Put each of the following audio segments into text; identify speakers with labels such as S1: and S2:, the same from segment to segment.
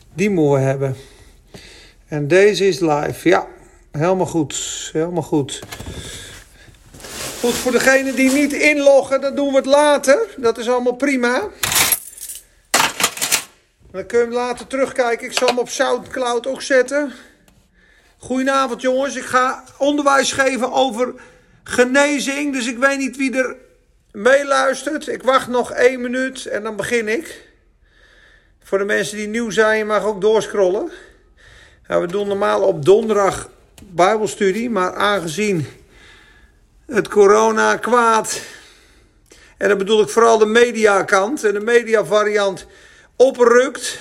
S1: Die moeten we hebben. En deze is live. Ja, helemaal goed. Helemaal goed. Goed, voor degenen die niet inloggen, dan doen we het later. Dat is allemaal prima. Dan kun je hem later terugkijken. Ik zal hem op SoundCloud ook zetten. Goedenavond jongens. Ik ga onderwijs geven over genezing. Dus ik weet niet wie er meeluistert. Ik wacht nog 1 minuut en dan begin ik. Voor de mensen die nieuw zijn, je mag ook doorscrollen. Ja, we doen normaal op donderdag Bijbelstudie. Maar aangezien het corona kwaad, en dan bedoel ik vooral de mediakant en de mediavariant oprukt,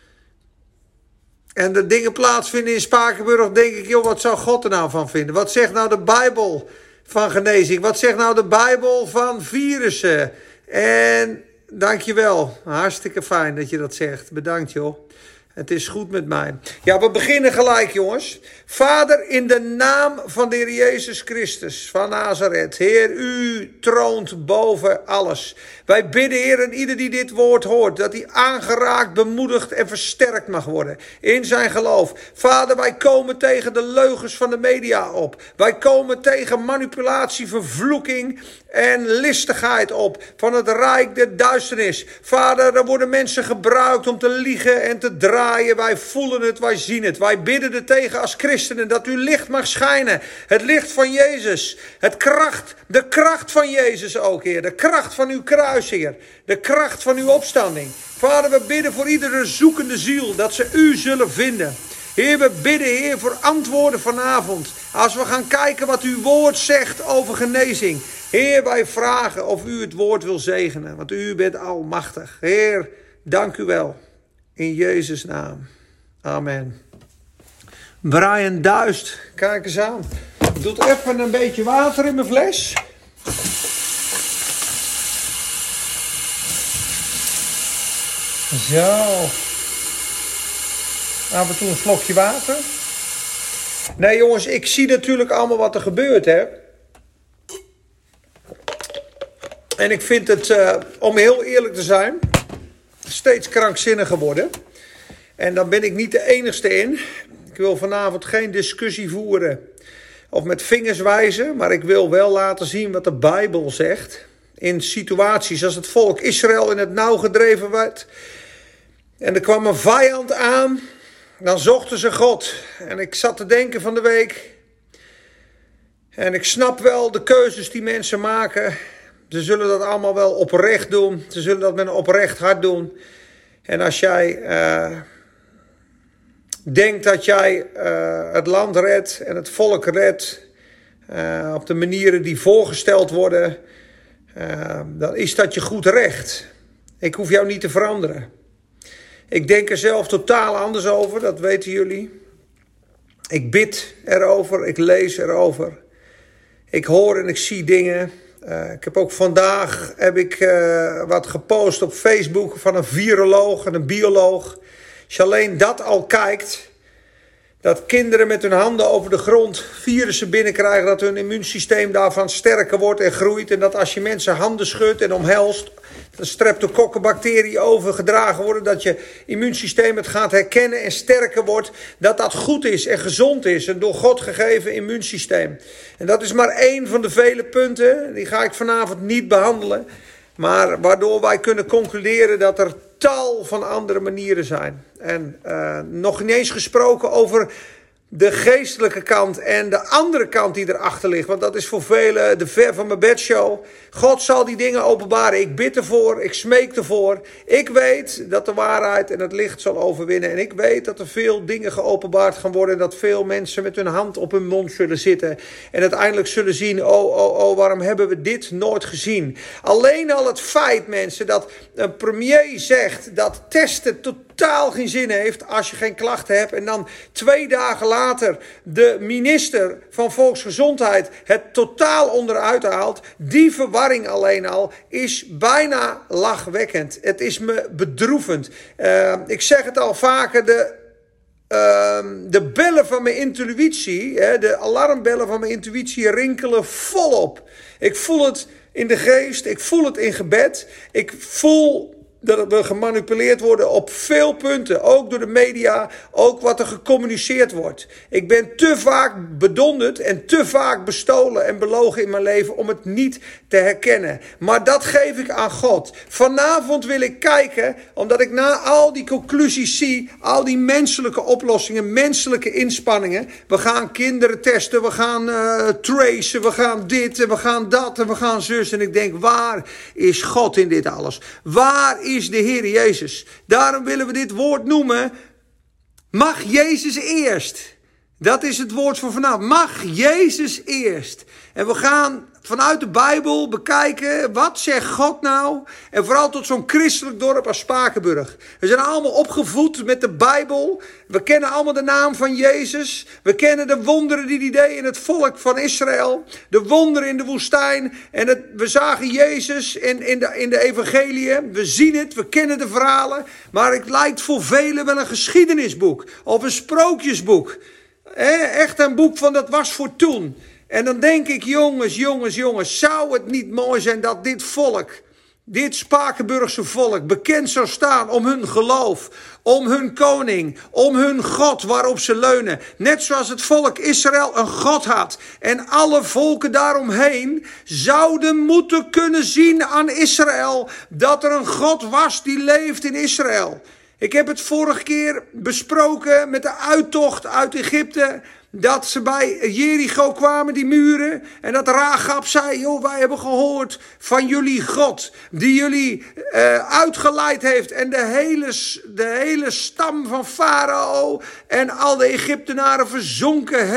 S1: en de dingen plaatsvinden in Spakenburg, denk ik, joh, wat zou God er nou van vinden? Wat zegt nou de Bijbel van genezing? Wat zegt nou de Bijbel van virussen? En dankjewel, hartstikke fijn dat je dat zegt. Bedankt joh. Het is goed met mij. Ja, we beginnen gelijk jongens. Vader, in de naam van de Heer Jezus Christus van Nazareth. Heer, u troont boven alles. Wij bidden, Heer, en ieder die dit woord hoort, dat hij aangeraakt, bemoedigd en versterkt mag worden in zijn geloof. Vader, wij komen tegen de leugens van de media op. Wij komen tegen manipulatie, vervloeking en listigheid op van het rijk der duisternis. Vader, er worden mensen gebruikt om te liegen en te draaien. Wij voelen het, wij zien het. Wij bidden er tegen als christenen dat uw licht mag schijnen. Het licht van Jezus. De kracht van Jezus ook, Heer. De kracht van uw kruis, Heer. De kracht van uw opstanding. Vader, we bidden voor iedere zoekende ziel dat ze u zullen vinden. Heer, we bidden, Heer, voor antwoorden vanavond. Als we gaan kijken wat uw woord zegt over genezing. Heer, wij vragen of u het woord wil zegenen. Want u bent almachtig. Heer, dank u wel. In Jezus' naam. Amen. Brian Duist, kijk eens aan. Ik doe even een beetje water in mijn fles. Zo. Af en toe een slokje water. Nee jongens, ik zie natuurlijk allemaal wat er gebeurt, hè. En ik vind het, om heel eerlijk te zijn, steeds krankzinniger worden. En daar ben ik niet de enigste in. Ik wil vanavond geen discussie voeren of met vingers wijzen, maar ik wil wel laten zien wat de Bijbel zegt. In situaties als het volk Israël in het nauw gedreven werd en er kwam een vijand aan, dan zochten ze God. En ik zat te denken van de week, en ik snap wel de keuzes die mensen maken. Ze zullen dat allemaal wel oprecht doen. Ze zullen dat met een oprecht hart doen. En als jij denkt dat jij het land redt en het volk redt op de manieren die voorgesteld worden, dan is dat je goed recht. Ik hoef jou niet te veranderen. Ik denk er zelf totaal anders over, dat weten jullie. Ik bid erover, ik lees erover. Ik hoor en ik zie dingen. Ik heb ook vandaag wat gepost op Facebook van een viroloog en een bioloog. Als je alleen dat al kijkt, dat kinderen met hun handen over de grond virussen binnenkrijgen, dat hun immuunsysteem daarvan sterker wordt en groeit. En dat als je mensen handen schudt en omhelst, de streptokokkenbacteriën overgedragen worden, dat je immuunsysteem het gaat herkennen en sterker wordt, dat dat goed is en gezond is, een door God gegeven immuunsysteem. En dat is maar 1 van de vele punten, die ga ik vanavond niet behandelen, maar waardoor wij kunnen concluderen dat er tal van andere manieren zijn. En nog niet eens gesproken over de geestelijke kant en de andere kant die erachter ligt. Want dat is voor velen de ver van mijn bedshow. God zal die dingen openbaren. Ik bid ervoor, ik smeek ervoor. Ik weet dat de waarheid en het licht zal overwinnen. En ik weet dat er veel dingen geopenbaard gaan worden. En dat veel mensen met hun hand op hun mond zullen zitten. En uiteindelijk zullen zien, waarom hebben we dit nooit gezien? Alleen al het feit, mensen, dat een premier zegt dat testen totaal geen zin heeft als je geen klachten hebt. En dan 2 dagen later de minister van Volksgezondheid het totaal onderuit haalt. Die verwarring alleen al is bijna lachwekkend. Het is me bedroevend. Ik zeg het al vaker, de bellen van mijn intuïtie, de alarmbellen van mijn intuïtie rinkelen volop. Ik voel het in de geest, ik voel het in gebed. Ik voel dat we gemanipuleerd worden op veel punten. Ook door de media, ook wat er gecommuniceerd wordt. Ik ben te vaak bedonderd en te vaak bestolen en belogen in mijn leven om het niet te herkennen. Maar dat geef ik aan God. Vanavond wil ik kijken, omdat ik na al die conclusies zie, al die menselijke oplossingen, menselijke inspanningen. We gaan kinderen testen, we gaan tracen, we gaan dit en we gaan dat en we gaan zus. En ik denk, waar is God in dit alles? Waar is de Heer Jezus? Daarom willen we dit woord noemen. Mag Jezus eerst. Dat is het woord voor vanavond. Mag Jezus eerst. En we gaan vanuit de Bijbel bekijken, wat zegt God nou? En vooral tot zo'n christelijk dorp als Spakenburg. We zijn allemaal opgevoed met de Bijbel. We kennen allemaal de naam van Jezus. We kennen de wonderen die hij deed in het volk van Israël. De wonderen in de woestijn. En we zagen Jezus in de evangeliën. We zien het, we kennen de verhalen. Maar het lijkt voor velen wel een geschiedenisboek. Of een sprookjesboek. Echt een boek van dat was voor toen. En dan denk ik, jongens, zou het niet mooi zijn dat dit volk, dit Spakenburgse volk, bekend zou staan om hun geloof, om hun koning, om hun God waarop ze leunen. Net zoals het volk Israël een God had. En alle volken daaromheen zouden moeten kunnen zien aan Israël dat er een God was die leeft in Israël. Ik heb het vorige keer besproken met de uittocht uit Egypte. Dat ze bij Jericho kwamen, die muren. En dat Rahab zei, joh, wij hebben gehoord van jullie God. Die jullie uitgeleid heeft. En de hele stam van Farao en al de Egyptenaren verdronken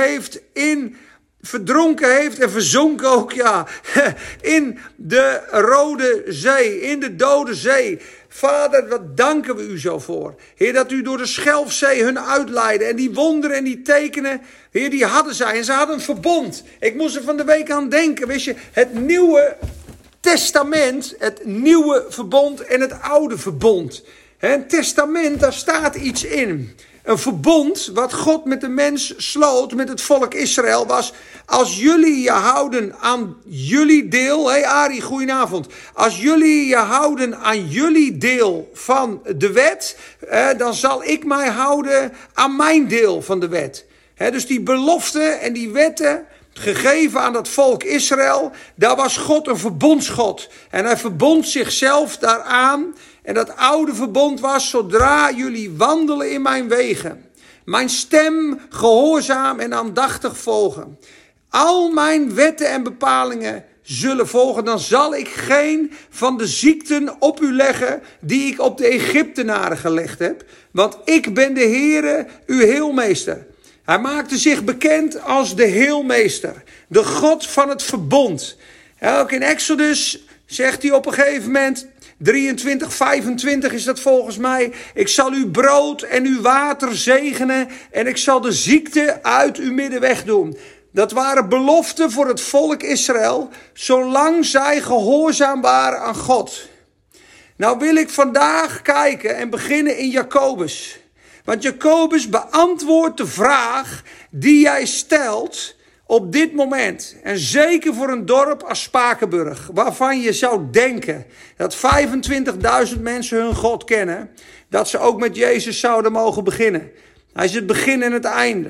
S1: heeft en verzonken ook, ja, in de Rode Zee, in de Dode Zee. Vader, wat danken we u zo voor. Heer, dat u door de Schelfzee hun uitleidde. En die wonderen en die tekenen, Heer, die hadden zij. En ze hadden een verbond. Ik moest er van de week aan denken. Weet je, het Nieuwe Testament, het nieuwe verbond en het oude verbond. Een testament, daar staat iets in. Een verbond wat God met de mens sloot, met het volk Israël, was: als jullie je houden aan jullie deel. Hé Arie, goedenavond. Als jullie je houden aan jullie deel van de wet, dan zal ik mij houden aan mijn deel van de wet. Dus die beloften en die wetten, gegeven aan dat volk Israël, daar was God een verbondsgod. En hij verbond zichzelf daaraan. En dat oude verbond was: zodra jullie wandelen in mijn wegen, mijn stem gehoorzaam en aandachtig volgen, al mijn wetten en bepalingen zullen volgen, dan zal ik geen van de ziekten op u leggen die ik op de Egyptenaren gelegd heb. Want ik ben de Heere, uw heelmeester. Hij maakte zich bekend als de heelmeester, de God van het verbond. Ook in Exodus zegt hij op een gegeven moment, 23, 25 is dat volgens mij: ik zal uw brood en uw water zegenen en ik zal de ziekte uit uw midden wegdoen. Dat waren beloften voor het volk Israël, zolang zij gehoorzaam waren aan God. Nou wil ik vandaag kijken en beginnen in Jacobus. Want Jacobus beantwoordt de vraag die jij stelt op dit moment. En zeker voor een dorp als Spakenburg, waarvan je zou denken dat 25.000 mensen hun God kennen, dat ze ook met Jezus zouden mogen beginnen. Hij is het begin en het einde.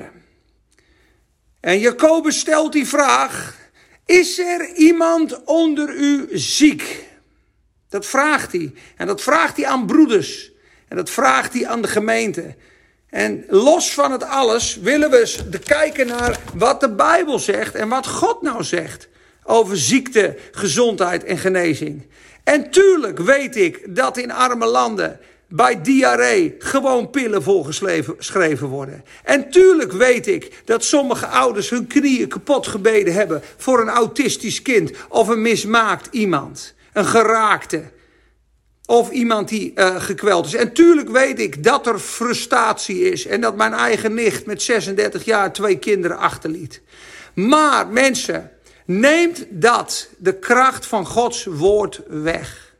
S1: En Jacobus stelt die vraag: is er iemand onder u ziek? Dat vraagt hij. En dat vraagt hij aan broeders. En dat vraagt hij aan de gemeente. En los van het alles willen we kijken naar wat de Bijbel zegt en wat God nou zegt over ziekte, gezondheid en genezing. En tuurlijk weet ik dat in arme landen bij diarree gewoon pillen voorgeschreven worden. En tuurlijk weet ik dat sommige ouders hun knieën kapot gebeden hebben voor een autistisch kind of een mismaakt iemand, een geraakte. Of iemand die gekweld is. En tuurlijk weet ik dat er frustratie is. En dat mijn eigen nicht met 36 jaar 2 kinderen achterliet. Maar mensen, neemt dat de kracht van Gods woord weg?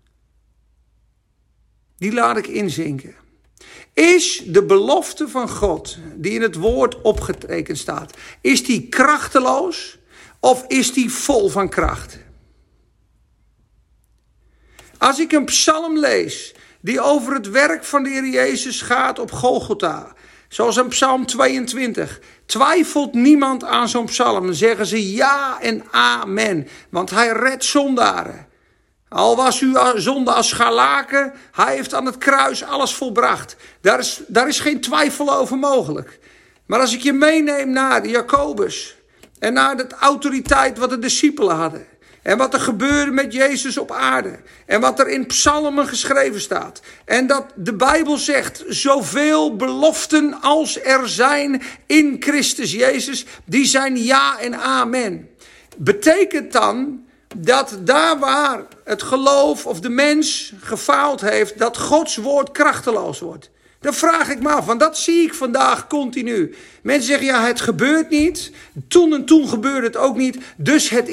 S1: Die laat ik inzinken. Is de belofte van God, die in het woord opgetekend staat, is die krachteloos of is die vol van kracht? Als ik een psalm lees die over het werk van de Heer Jezus gaat op Golgotha, zoals in Psalm 22, twijfelt niemand aan zo'n psalm. Dan zeggen ze ja en amen, want hij redt zondaren. Al was uw zonde als scharlaken, hij heeft aan het kruis alles volbracht. Daar is geen twijfel over mogelijk. Maar als ik je meeneem naar Jacobus en naar de autoriteit wat de discipelen hadden, en wat er gebeurde met Jezus op aarde. En wat er in psalmen geschreven staat. En dat de Bijbel zegt, zoveel beloften als er zijn in Christus Jezus, die zijn ja en amen. Betekent dan dat daar waar het geloof of de mens gefaald heeft, dat Gods woord krachteloos wordt? Dan vraag ik me af, want dat zie ik vandaag continu. Mensen zeggen, ja, het gebeurt niet. Toen en toen gebeurde het ook niet. Dus het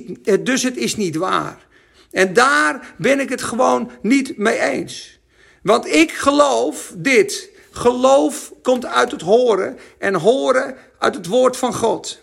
S1: is niet waar. En daar ben ik het gewoon niet mee eens. Want ik geloof dit. Geloof komt uit het horen en horen uit het woord van God.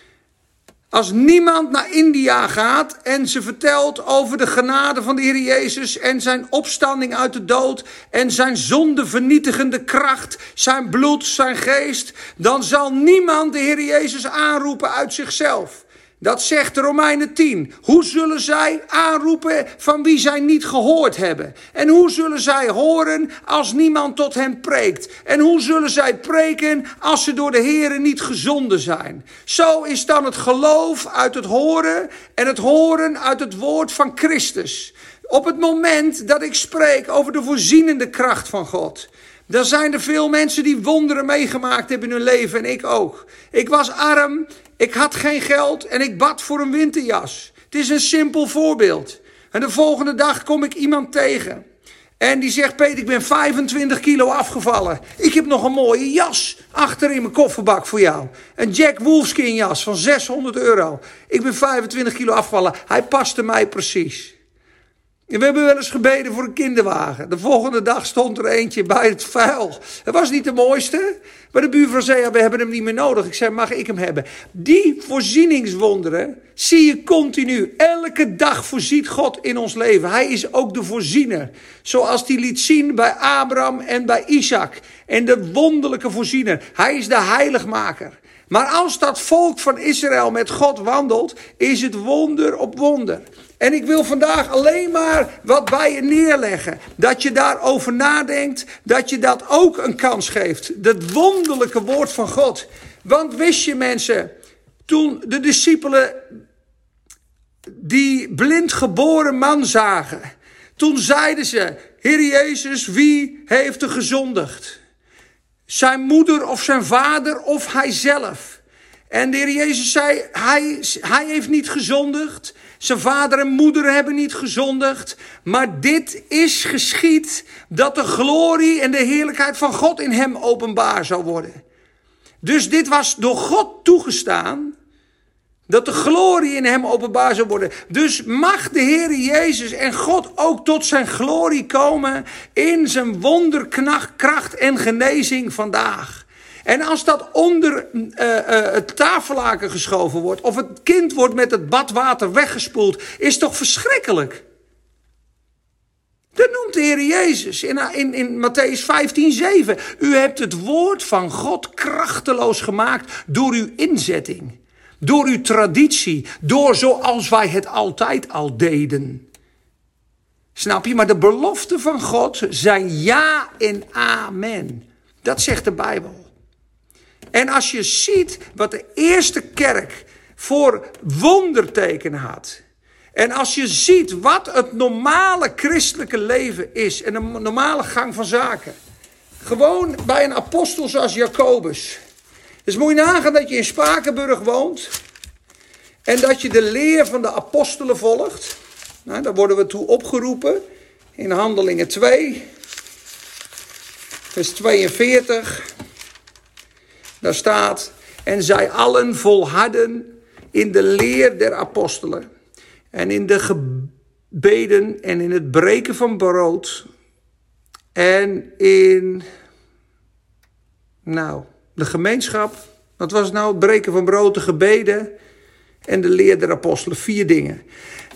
S1: Als niemand naar India gaat en ze vertelt over de genade van de Heer Jezus en zijn opstanding uit de dood en zijn zondevernietigende kracht, zijn bloed, zijn geest, dan zal niemand de Heer Jezus aanroepen uit zichzelf. Dat zegt Romeinen 10. Hoe zullen zij aanroepen van wie zij niet gehoord hebben? En hoe zullen zij horen als niemand tot hen preekt? En hoe zullen zij preken als ze door de Heere niet gezonden zijn? Zo is dan het geloof uit het horen en het horen uit het woord van Christus. Op het moment dat ik spreek over de voorzienende kracht van God, dan zijn er veel mensen die wonderen meegemaakt hebben in hun leven en ik ook. Ik was arm, ik had geen geld en ik bad voor een winterjas. Het is een simpel voorbeeld. En de volgende dag kom ik iemand tegen. En die zegt, Peter, ik ben 25 kilo afgevallen. Ik heb nog een mooie jas achter in mijn kofferbak voor jou. Een Jack Wolfskin jas van €600. Ik ben 25 kilo afgevallen. Hij paste mij precies. En we hebben wel eens gebeden voor een kinderwagen. De volgende dag stond er eentje bij het vuil. Het was niet de mooiste. Maar de buurvrouw zei, ja, we hebben hem niet meer nodig. Ik zei, mag ik hem hebben? Die voorzieningswonderen zie je continu. Elke dag voorziet God in ons leven. Hij is ook de voorziener. Zoals hij liet zien bij Abraham en bij Isaac. En de wonderlijke voorziener. Hij is de heiligmaker. Maar als dat volk van Israël met God wandelt, is het wonder op wonder. En ik wil vandaag alleen maar wat bij je neerleggen. Dat je daarover nadenkt. Dat je dat ook een kans geeft. Dat wonderlijke woord van God. Want wist je mensen, toen de discipelen die blind geboren man zagen, toen zeiden ze, Heer Jezus, wie heeft er gezondigd? Zijn moeder of zijn vader of hij zelf? En de Heer Jezus zei, hij heeft niet gezondigd. Zijn vader en moeder hebben niet gezondigd. Maar dit is geschied dat de glorie en de heerlijkheid van God in hem openbaar zou worden. Dus dit was door God toegestaan dat de glorie in hem openbaar zou worden. Dus mag de Heer Jezus en God ook tot zijn glorie komen in zijn wonderkracht en genezing vandaag. En als dat onder het tafellaken geschoven wordt, of het kind wordt met het badwater weggespoeld, is toch verschrikkelijk? Dat noemt de Heer Jezus in Matthäus 15:7. U hebt het woord van God krachteloos gemaakt door uw inzetting. Door uw traditie. Door zoals wij het altijd al deden. Snap je? Maar de beloften van God zijn ja en amen. Dat zegt de Bijbel. En als je ziet wat de eerste kerk voor wondertekenen had. En als je ziet wat het normale christelijke leven is. En de normale gang van zaken. Gewoon bij een apostel zoals Jacobus. Dus moet je nagaan dat je in Spakenburg woont. En dat je de leer van de apostelen volgt. Nou, daar worden we toe opgeroepen. In Handelingen 2. Vers 42. Daar staat, en zij allen volharden in de leer der apostelen. En in de gebeden en in het breken van brood. En in, de gemeenschap. Wat was het nou? Het breken van brood, de gebeden en de leer der apostelen. 4 dingen.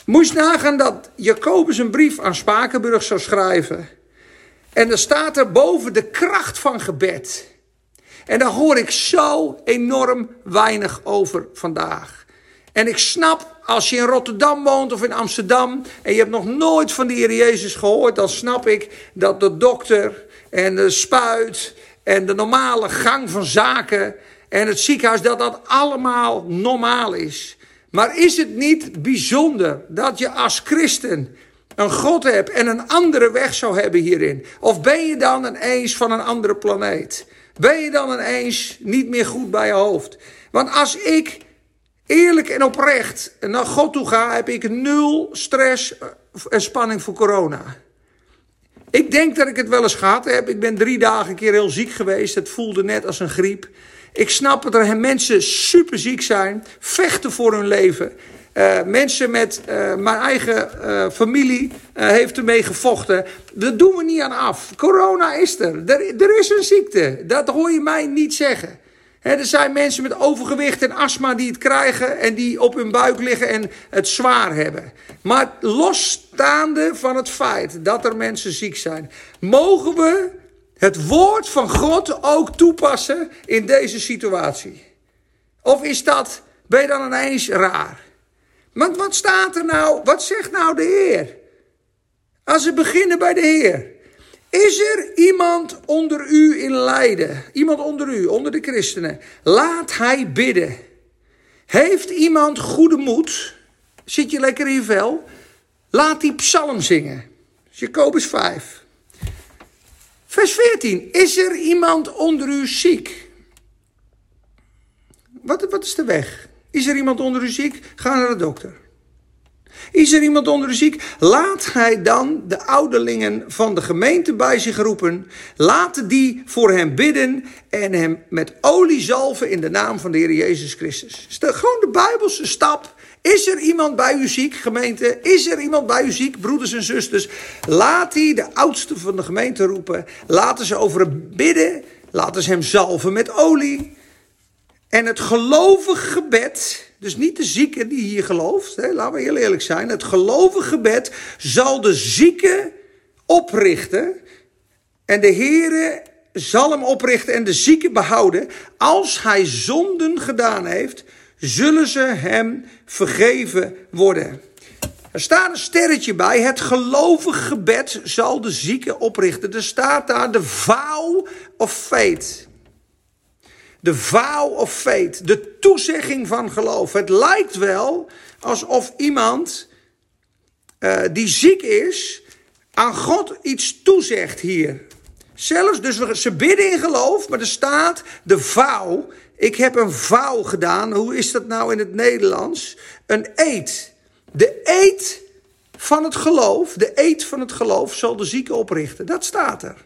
S1: Moest nagaan dat Jacobus een brief aan Spakenburg zou schrijven. En er staat er boven de kracht van gebed. En daar hoor ik zo enorm weinig over vandaag. En ik snap, als je in Rotterdam woont of in Amsterdam en je hebt nog nooit van de Heer Jezus gehoord, dan snap ik dat de dokter en de spuit en de normale gang van zaken en het ziekenhuis, dat dat allemaal normaal is. Maar is het niet bijzonder dat je als christen een God hebt en een andere weg zou hebben hierin? Of ben je dan ineens van een andere planeet? Ben je dan ineens niet meer goed bij je hoofd? Want als ik eerlijk en oprecht naar God toe ga, heb ik 0 stress en spanning voor corona. Ik denk dat ik het wel eens gehad heb. Ik ben 3 dagen een keer heel ziek geweest. Het voelde net als een griep. Ik snap dat er mensen super ziek zijn, vechten voor hun leven. Mensen met mijn eigen familie heeft ermee gevochten. Dat doen we niet aan af. Corona is er. Er is een ziekte. Dat hoor je mij niet zeggen. Er zijn mensen met overgewicht en astma die het krijgen en die op hun buik liggen en het zwaar hebben. Maar losstaande van het feit dat er mensen ziek zijn, mogen we het woord van God ook toepassen in deze situatie? Of ben je dan ineens raar? Want wat staat er nou? Wat zegt nou de Heer? Als we beginnen bij de Heer. Is er iemand onder u in lijden? Iemand onder u, onder de christenen. Laat hij bidden. Heeft iemand goede moed? Zit je lekker in je vel? Laat die psalm zingen. Jacobus 5. Vers 14. Is er iemand onder u ziek? Wat is de weg? Is er iemand onder u ziek? Ga naar de dokter. Is er iemand onder u ziek? Laat hij dan de ouderlingen van de gemeente bij zich roepen. Laten die voor hem bidden en hem met olie zalven in de naam van de Heer Jezus Christus. Gewoon de Bijbelse stap. Is er iemand bij u ziek, gemeente? Is er iemand bij u ziek, broeders en zusters? Laat die de oudste van de gemeente roepen. Laten ze over hem bidden. Laten ze hem zalven met olie. En het gelovig gebed, dus niet de zieke die hier gelooft, laten we heel eerlijk zijn. Het gelovig gebed zal de zieke oprichten. En de Heere zal hem oprichten en de zieke behouden. Als hij zonden gedaan heeft, zullen ze hem vergeven worden. Er staat een sterretje bij. Het gelovig gebed zal de zieke oprichten. Er staat daar de vow of faith. De vow of faith, de toezegging van geloof. Het lijkt wel alsof iemand die ziek is aan God iets toezegt hier. Zelfs, dus ze bidden in geloof, maar er staat de vow. Ik heb een vow gedaan. Hoe is dat nou in het Nederlands? Een eed. De eed van het geloof, de eed van het geloof zal de zieke oprichten. Dat staat er.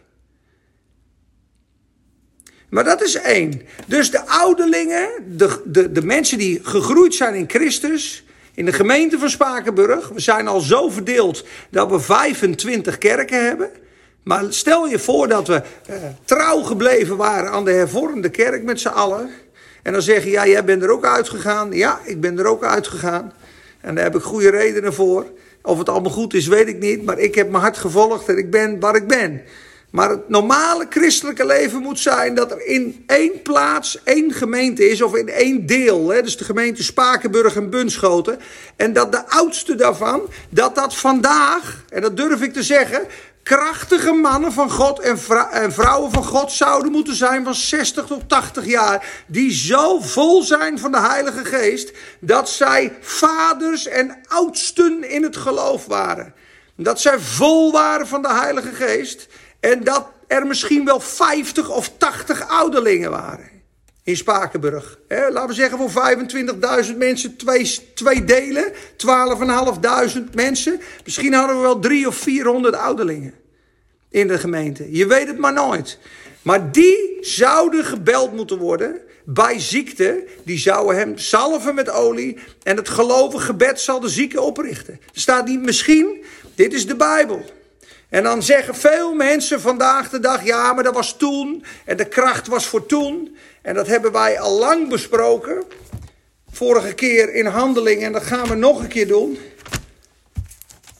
S1: Maar dat is 1. Dus de ouderlingen, de mensen die gegroeid zijn in Christus, in de gemeente van Spakenburg. We zijn al zo verdeeld dat we 25 kerken hebben. Maar stel je voor dat we trouw gebleven waren aan de hervormde kerk met z'n allen. En dan zeg je, ja, jij bent er ook uitgegaan. Ja, ik ben er ook uitgegaan. En daar heb ik goede redenen voor. Of het allemaal goed is, weet ik niet. Maar ik heb mijn hart gevolgd en ik ben waar ik ben. Maar het normale christelijke leven moet zijn dat er in 1 plaats 1 gemeente is. Of in 1 deel. Dus de gemeente Spakenburg en Bunschoten. En dat de oudste daarvan, dat vandaag, en dat durf ik te zeggen, krachtige mannen van God en vrouwen van God zouden moeten zijn van 60 tot 80 jaar. Die zo vol zijn van de Heilige Geest, dat zij vaders en oudsten in het geloof waren. Dat zij vol waren van de Heilige Geest. En dat er misschien wel 50 of 80 ouderlingen waren in Spakenburg. Laten we zeggen voor 25.000 mensen, 2 delen, 12.500 mensen. Misschien hadden we wel 300 of 400 ouderlingen in de gemeente. Je weet het maar nooit. Maar die zouden gebeld moeten worden bij ziekte. Die zouden hem zalven met olie. En het gelovig gebed zal de zieke oprichten. Er staat niet misschien, dit is de Bijbel. En dan zeggen veel mensen vandaag de dag, ja, maar dat was toen. En de kracht was voor toen. En dat hebben wij al lang besproken. Vorige keer in Handelingen, en dat gaan we nog een keer doen.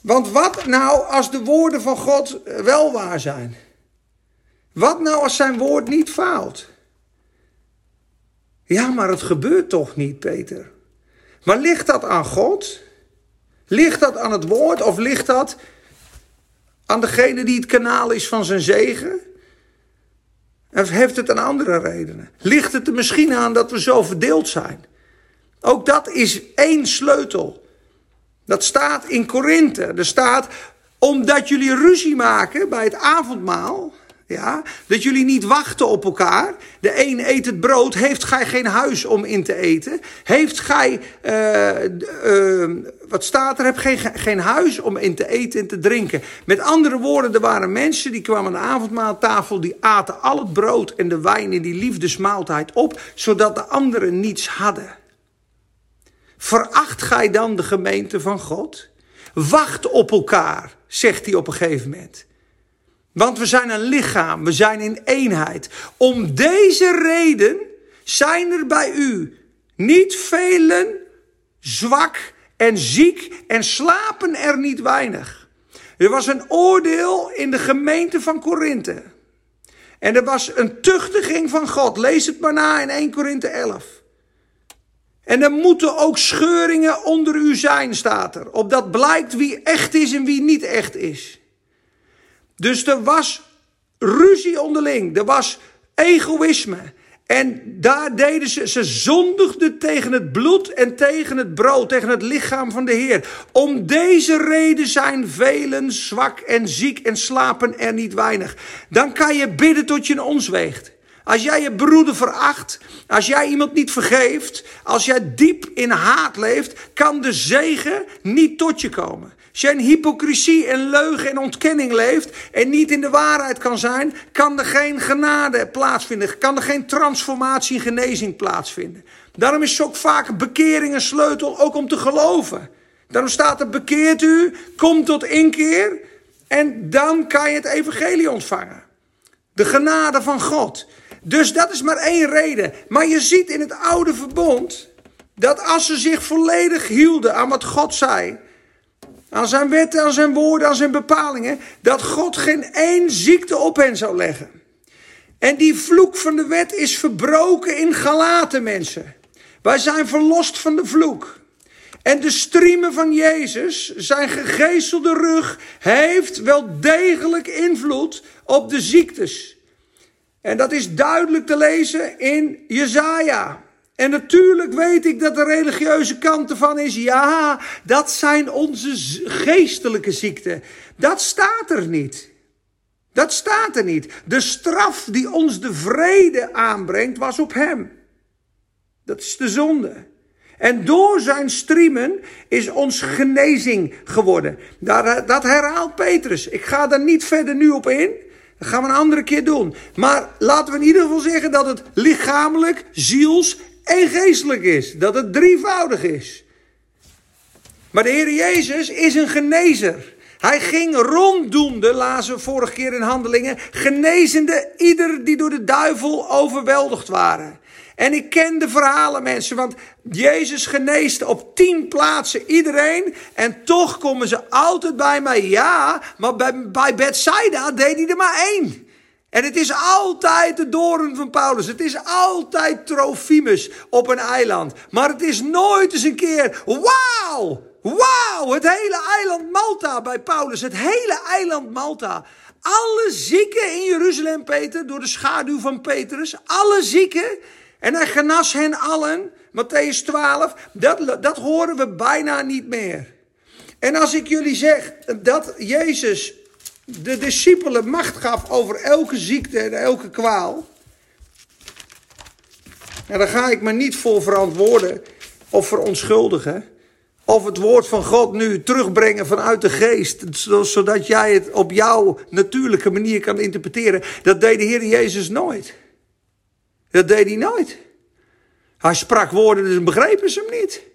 S1: Want wat nou als de woorden van God wel waar zijn? Wat nou als zijn woord niet faalt? Ja, maar het gebeurt toch niet, Peter? Maar ligt dat aan God? Ligt dat aan het woord? Of ligt dat aan degene die het kanaal is van zijn zegen? Of heeft het een andere redenen? Ligt het er misschien aan dat we zo verdeeld zijn? Ook dat is één sleutel. Dat staat in Korinthe. Er staat, omdat jullie ruzie maken bij het avondmaal. Ja, dat jullie niet wachten op elkaar. De een eet het brood. Heeft gij geen huis om in te eten? Heeft gij, wat staat er? Heb geen huis om in te eten en te drinken? Met andere woorden, er waren mensen die kwamen aan de avondmaaltafel. Die aten al het brood en de wijn in die liefdesmaaltijd op. Zodat de anderen niets hadden. Veracht gij dan de gemeente van God? Wacht op elkaar, zegt hij op een gegeven moment. Want we zijn een lichaam, we zijn in eenheid. Om deze reden zijn er bij u niet velen zwak en ziek en slapen er niet weinig. Er was een oordeel in de gemeente van Korinthe. En er was een tuchtiging van God. Lees het maar na in 1 Korinthe 11. En er moeten ook scheuringen onder u zijn, staat er. Opdat blijkt wie echt is en wie niet echt is. Dus er was ruzie onderling. Er was egoïsme. En daar deden ze zondigden tegen het bloed en tegen het brood, tegen het lichaam van de Heer. Om deze reden zijn velen zwak en ziek en slapen er niet weinig. Dan kan je bidden tot je een ons weegt. Als jij je broeder veracht, als jij iemand niet vergeeft, als jij diep in haat leeft, kan de zegen niet tot je komen. Als jij in hypocrisie en leugen en ontkenning leeft en niet in de waarheid kan zijn, kan er geen genade plaatsvinden. Kan er geen transformatie en genezing plaatsvinden. Daarom is ook vaak bekering een sleutel ook om te geloven. Daarom staat er: bekeert u, kom tot inkeer en dan kan je het evangelie ontvangen. De genade van God. Dus dat is maar één reden. Maar je ziet in het oude verbond dat als ze zich volledig hielden aan wat God zei, aan zijn wetten, aan zijn woorden, aan zijn bepalingen, dat God geen één ziekte op hen zou leggen. En die vloek van de wet is verbroken in Galaten, mensen. Wij zijn verlost van de vloek. En de striemen van Jezus, zijn gegezelde rug, heeft wel degelijk invloed op de ziektes. En dat is duidelijk te lezen in Jesaja. En natuurlijk weet ik dat de religieuze kant ervan is. Ja, dat zijn onze geestelijke ziekten. Dat staat er niet. Dat staat er niet. De straf die ons de vrede aanbrengt was op hem. Dat is de zonde. En door zijn striemen is ons genezing geworden. Dat herhaalt Petrus. Ik ga daar niet verder nu op in. Dat gaan we een andere keer doen. Maar laten we in ieder geval zeggen dat het lichamelijk, ziels en geestelijk is. Dat het drievoudig is. Maar de Heer Jezus is een genezer. Hij ging ronddoende, lazen we vorige keer in Handelingen, genezende ieder die door de duivel overweldigd waren. En ik ken de verhalen, mensen, want Jezus geneest op 10 plaatsen iedereen. En toch komen ze altijd bij mij. Ja, maar bij Bethsaida deed hij er maar 1. En het is altijd de doorn van Paulus. Het is altijd Trofimus op een eiland. Maar het is nooit eens een keer, wauw, het hele eiland Malta bij Paulus. Het hele eiland Malta. Alle zieken in Jeruzalem, Peter, door de schaduw van Petrus. Alle zieken. En hij genas hen allen, Mattheüs 12, dat horen we bijna niet meer. En als ik jullie zeg dat Jezus de discipelen macht gaf over elke ziekte en elke kwaal, en daar ga ik me niet voor verantwoorden of verontschuldigen. Of het woord van God nu terugbrengen vanuit de geest, zodat jij het op jouw natuurlijke manier kan interpreteren. Dat deed de Heer Jezus nooit. Dat deed hij nooit. Hij sprak woorden, dus begrepen ze hem niet.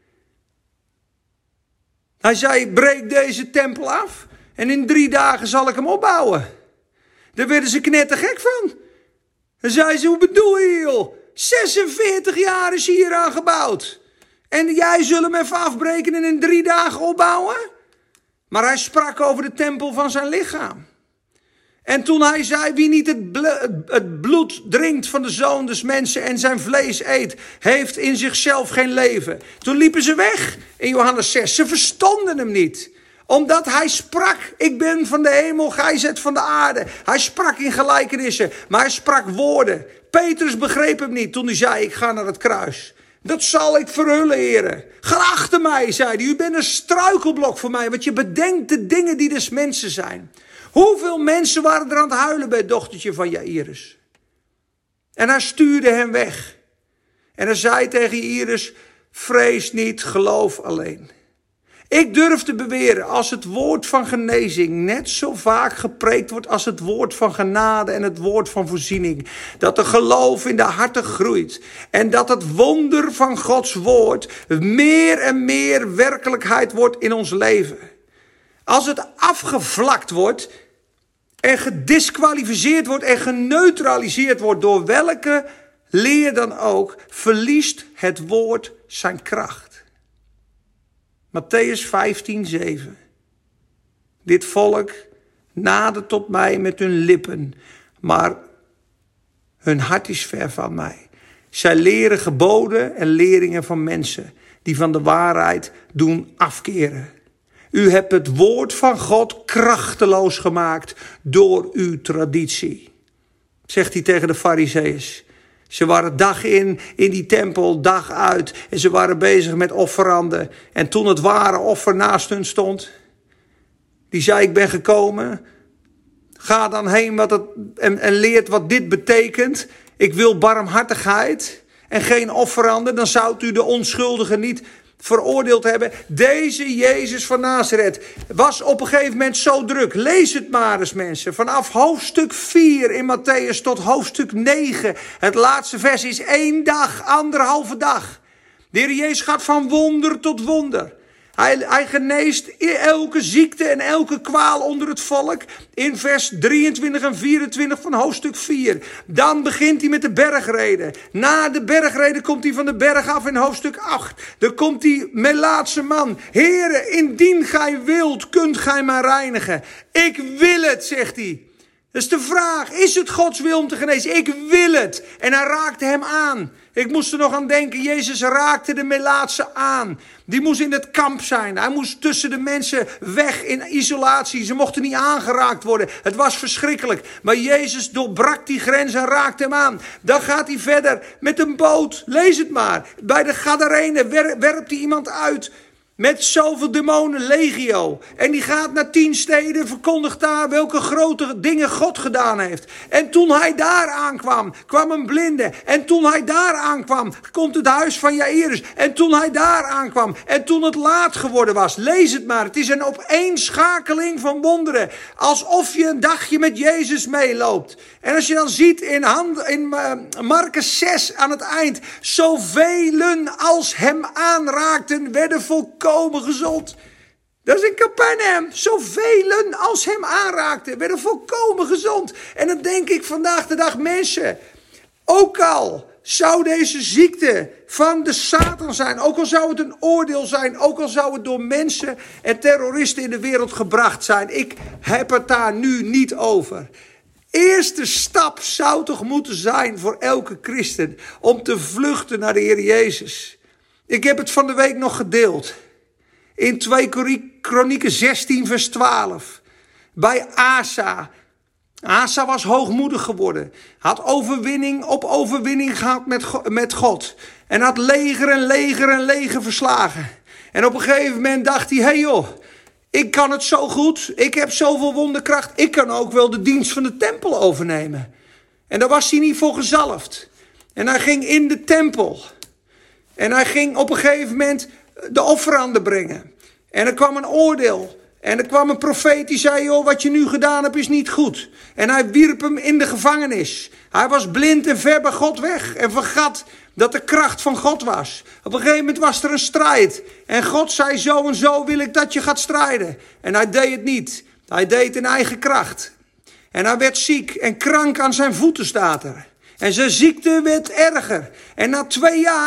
S1: Hij zei, breek deze tempel af en in 3 dagen zal ik hem opbouwen. Daar werden ze knettergek van. Dan zei ze, hoe bedoel je joh? 46 jaar is hier aan gebouwd. En jij zult hem even afbreken en in 3 dagen opbouwen? Maar hij sprak over de tempel van zijn lichaam. En toen hij zei, wie niet het bloed drinkt van de Zoon des Mensen en zijn vlees eet, heeft in zichzelf geen leven. Toen liepen ze weg in Johannes 6. Ze verstonden hem niet. Omdat hij sprak, ik ben van de hemel, gij zijt van de aarde. Hij sprak in gelijkenissen, maar hij sprak woorden. Petrus begreep hem niet toen hij zei, ik ga naar het kruis. Dat zal ik verhullen, heren. Ga achter mij, zei hij. U bent een struikelblok voor mij, want je bedenkt de dingen die des mensen zijn. Hoeveel mensen waren er aan het huilen bij het dochtertje van Jairus? En hij stuurde hem weg. En hij zei tegen Jairus, vrees niet, geloof alleen. Ik durf te beweren, als het woord van genezing net zo vaak gepreekt wordt als het woord van genade en het woord van voorziening, dat de geloof in de harten groeit en dat het wonder van Gods woord meer en meer werkelijkheid wordt in ons leven. Als het afgevlakt wordt en gediskwalificeerd wordt en geneutraliseerd wordt door welke leer dan ook, verliest het woord zijn kracht. Mattheüs 15:7. Dit volk nadert tot mij met hun lippen, maar hun hart is ver van mij. Zij leren geboden en leringen van mensen die van de waarheid doen afkeren. U hebt het woord van God krachteloos gemaakt door uw traditie. Zegt hij tegen de Farizeeërs. Ze waren dag in die tempel, dag uit. En ze waren bezig met offeranden. En toen het ware offer naast hun stond. Die zei, ik ben gekomen. Ga dan heen en leert wat dit betekent. Ik wil barmhartigheid en geen offeranden. Dan zou u de onschuldigen niet veroordeeld hebben. Deze Jezus van Nazareth was op een gegeven moment zo druk. Lees het maar eens, mensen. Vanaf hoofdstuk 4 in Mattheüs tot hoofdstuk 9. Het laatste vers is 1 dag, 1,5 dag. De Heer Jezus gaat van wonder tot wonder. Hij geneest elke ziekte en elke kwaal onder het volk. In vers 23 en 24 van hoofdstuk 4. Dan begint hij met de bergreden. Na de bergreden komt hij van de berg af in hoofdstuk 8. Dan komt die Melaatse man. Heere, indien gij wilt, kunt gij mij reinigen. Ik wil het, zegt hij. Dat is de vraag. Is het Gods wil om te genezen? Ik wil het. En hij raakte hem aan. Ik moest er nog aan denken. Jezus raakte de Melaatse aan. Die moest in het kamp zijn. Hij moest tussen de mensen weg in isolatie. Ze mochten niet aangeraakt worden. Het was verschrikkelijk. Maar Jezus doorbrak die grens en raakte hem aan. Dan gaat hij verder met een boot. Lees het maar. Bij de Gadarenen werpt hij iemand uit. Met zoveel demonen, legio. En die gaat naar 10 steden, verkondigt daar welke grote dingen God gedaan heeft. En toen hij daar aankwam, kwam een blinde. En toen hij daar aankwam, komt het huis van Jairus. En toen hij daar aankwam, en toen het laat geworden was. Lees het maar, het is een opeenschakeling van wonderen. Alsof je een dagje met Jezus meeloopt. En als je dan ziet in Markus 6 aan het eind. Zoveel als hem aanraakten, werden volkomen gezond. Dat is in Capernaum. Zoveel als hem aanraakten, werden volkomen gezond. En dan denk ik vandaag de dag, mensen, ook al zou deze ziekte van de Satan zijn, ook al zou het een oordeel zijn, ook al zou het door mensen en terroristen in de wereld gebracht zijn, ik heb het daar nu niet over. Eerste stap zou toch moeten zijn voor elke christen om te vluchten naar de Heer Jezus. Ik heb het van de week nog gedeeld. In 2 Kronieken 16 vers 12. Bij Asa. Asa was hoogmoedig geworden. Had overwinning op overwinning gehad met God. En had leger en leger en leger verslagen. En op een gegeven moment dacht hij, hey joh, ik kan het zo goed. Ik heb zoveel wonderkracht. Ik kan ook wel de dienst van de tempel overnemen. En daar was hij niet voor gezalfd. En hij ging in de tempel. En hij ging op een gegeven moment de offeranden brengen. En er kwam een oordeel. En er kwam een profeet die zei, joh, wat je nu gedaan hebt is niet goed. En hij wierp hem in de gevangenis. Hij was blind en ver bij God weg. En vergat dat de kracht van God was. Op een gegeven moment was er een strijd. En God zei, zo en zo wil ik dat je gaat strijden. En hij deed het niet. Hij deed in eigen kracht. En hij werd ziek en krank aan zijn voeten staat er. En zijn ziekte werd erger. En na 2 jaar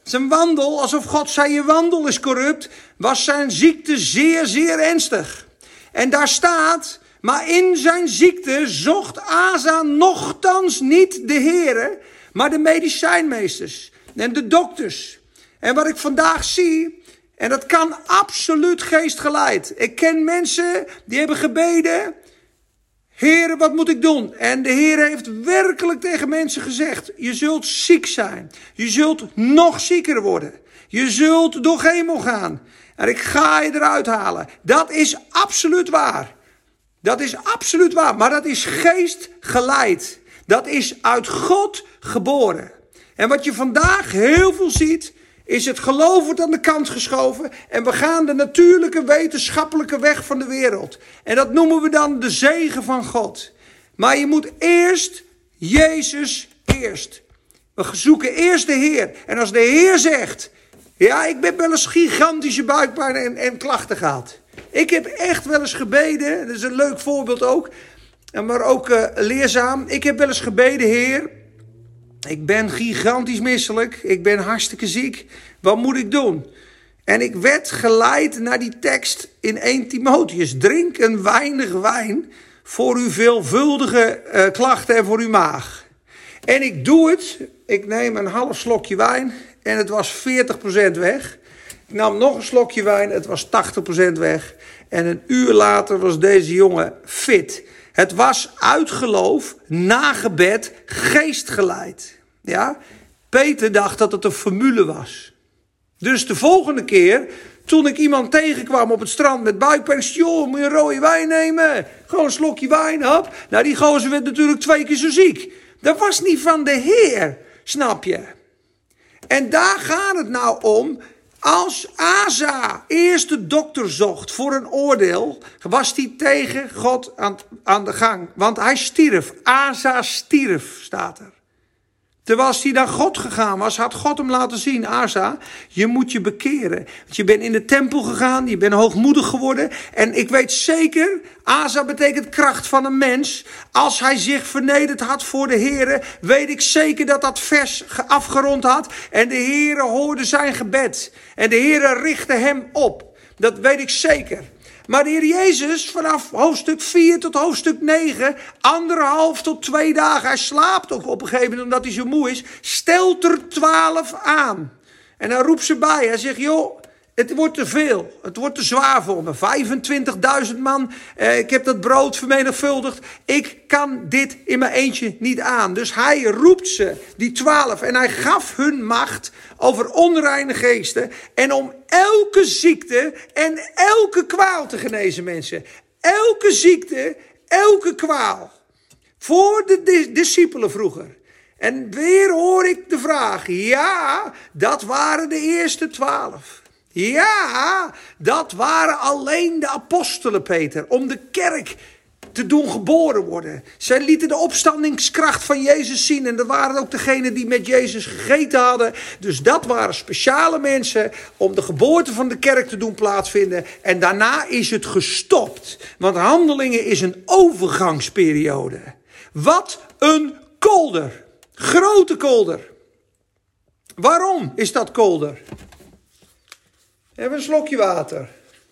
S1: Zijn wandel, alsof God zei je wandel is corrupt, was zijn ziekte zeer, zeer ernstig. En daar staat, maar in zijn ziekte zocht Asa nochtans niet de Heere, maar de medicijnmeesters en de dokters. En wat ik vandaag zie, en dat kan absoluut geestgeleid. Ik ken mensen die hebben gebeden, Heere, wat moet ik doen? En de Heer heeft werkelijk tegen mensen gezegd, je zult ziek zijn. Je zult nog zieker worden. Je zult door chemo gaan. En ik ga je eruit halen. Dat is absoluut waar. Dat is absoluut waar. Maar dat is geestgeleid. Dat is uit God geboren. En wat je vandaag heel veel ziet, is het geloof wordt aan de kant geschoven en we gaan de natuurlijke wetenschappelijke weg van de wereld. En dat noemen we dan de zegen van God. Maar je moet eerst Jezus eerst. We zoeken eerst de Heer. En als de Heer zegt, ja, ik ben wel eens gigantische buikpijn en klachten gehad. Ik heb echt wel eens gebeden, dat is een leuk voorbeeld ook, maar ook leerzaam. Ik heb wel eens gebeden, Heer, ik ben gigantisch misselijk. Ik ben hartstikke ziek. Wat moet ik doen? En ik werd geleid naar die tekst in 1 Timotheus. Drink een weinig wijn voor uw veelvuldige klachten en voor uw maag. En ik doe het. Ik neem een half slokje wijn en het was 40% weg. Ik nam nog een slokje wijn, het was 80% weg. En een uur later was deze jongen fit. Het was uit geloof, na gebed, geestgeleid. Ja? Peter dacht dat het een formule was. Dus de volgende keer, toen ik iemand tegenkwam op het strand met buikpijn, joh, moet je rode wijn nemen? Gewoon een slokje wijn, hap. Nou, die gozer werd natuurlijk 2 keer zo ziek. Dat was niet van de Heer, snap je? En daar gaat het nou om. Als Asa eerst de dokter zocht voor een oordeel, was hij tegen God aan de gang. Want hij stierf. Asa stierf, staat er. Terwijl hij naar God gegaan was, had God hem laten zien. Asa, je moet je bekeren. Want je bent in de tempel gegaan, je bent hoogmoedig geworden. En ik weet zeker, Asa betekent kracht van een mens. Als hij zich vernederd had voor de Heere, weet ik zeker dat dat vers afgerond had. En de Heere hoorde zijn gebed. En de Heere richtte hem op. Dat weet ik zeker. Maar de Heer Jezus, vanaf hoofdstuk 4 tot hoofdstuk 9, 1,5 tot 2 dagen, hij slaapt ook op een gegeven moment omdat hij zo moe is, stelt er 12 aan. En dan roept ze bij, hij zegt, joh, het wordt te veel, het wordt te zwaar voor me. 25.000 man, ik heb dat brood vermenigvuldigd, ik kan dit in mijn eentje niet aan. Dus hij roept ze, die 12, en hij gaf hun macht over onreine geesten en om elke ziekte en elke kwaal te genezen, mensen. Elke ziekte, elke kwaal. Voor de discipelen vroeger. En weer hoor ik de vraag, ja, dat waren de eerste 12. Ja, dat waren alleen de apostelen, Peter, om de kerk te doen geboren worden. Zij lieten de opstandingskracht van Jezus zien. En dat waren ook degenen die met Jezus gegeten hadden. Dus dat waren speciale mensen om de geboorte van de kerk te doen plaatsvinden. En daarna is het gestopt. Want Handelingen is een overgangsperiode. Wat een kolder. Grote kolder. Waarom is dat kolder? Even een slokje water.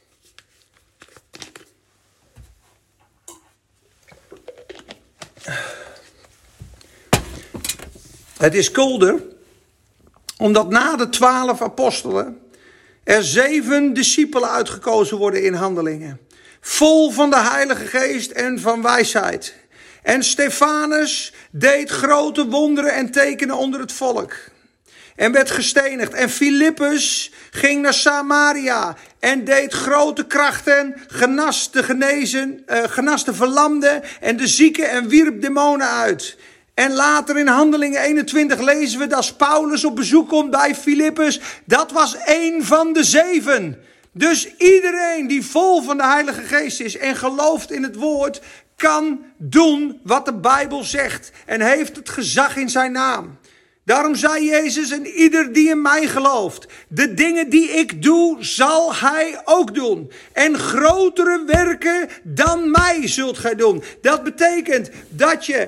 S1: Het is kolder, omdat na de 12 apostelen er 7 discipelen uitgekozen worden in Handelingen. Vol van de Heilige Geest en van wijsheid. En Stefanus deed grote wonderen en tekenen onder het volk. En werd gestenigd. En Filippus ging naar Samaria en deed grote krachten, genas de verlamden en de zieken en wierp demonen uit. En later in Handelingen 21 lezen we dat Paulus op bezoek komt bij Filippus. Dat was 1 van de 7. Dus iedereen die vol van de Heilige Geest is en gelooft in het woord, kan doen wat de Bijbel zegt en heeft het gezag in zijn naam. Daarom zei Jezus, en ieder die in mij gelooft, de dingen die ik doe, zal hij ook doen. En grotere werken dan mij zult gij doen. Dat betekent dat je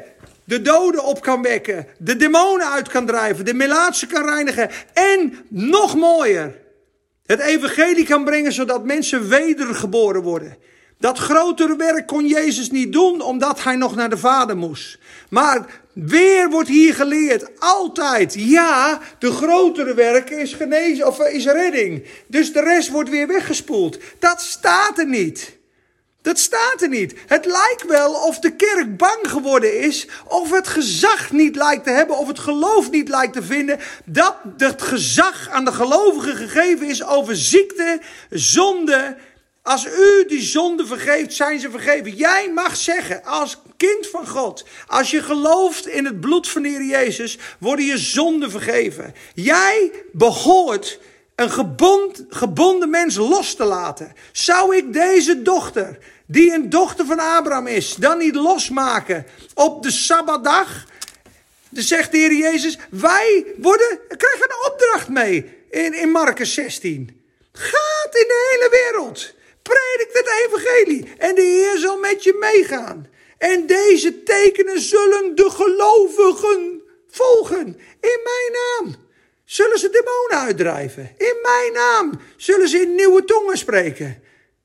S1: de doden op kan wekken, de demonen uit kan drijven, de melaatsen kan reinigen en nog mooier, het evangelie kan brengen zodat mensen wedergeboren worden. Dat grotere werk kon Jezus niet doen omdat hij nog naar de Vader moest. Maar weer wordt hier geleerd, altijd, ja, de grotere werk is genezen of is redding. Dus de rest wordt weer weggespoeld. Dat staat er niet. Dat staat er niet. Het lijkt wel of de kerk bang geworden is, of het gezag niet lijkt te hebben, of het geloof niet lijkt te vinden, dat het gezag aan de gelovigen gegeven is over ziekte, zonde. Als u die zonde vergeeft, zijn ze vergeven. Jij mag zeggen, als kind van God, als je gelooft in het bloed van de Heer Jezus, worden je zonden vergeven. Jij behoort een gebonden mens los te laten. Zou ik deze dochter, die een dochter van Abraham is, dan niet losmaken op de Sabbatdag? Dan zegt de Heer Jezus, wij krijgen een opdracht mee in Marcus 16. Gaat in de hele wereld. Predik het evangelie en de Heer zal met je meegaan. En deze tekenen zullen de gelovigen volgen. In mijn naam zullen ze demonen uitdrijven. In mijn naam zullen ze in nieuwe tongen spreken.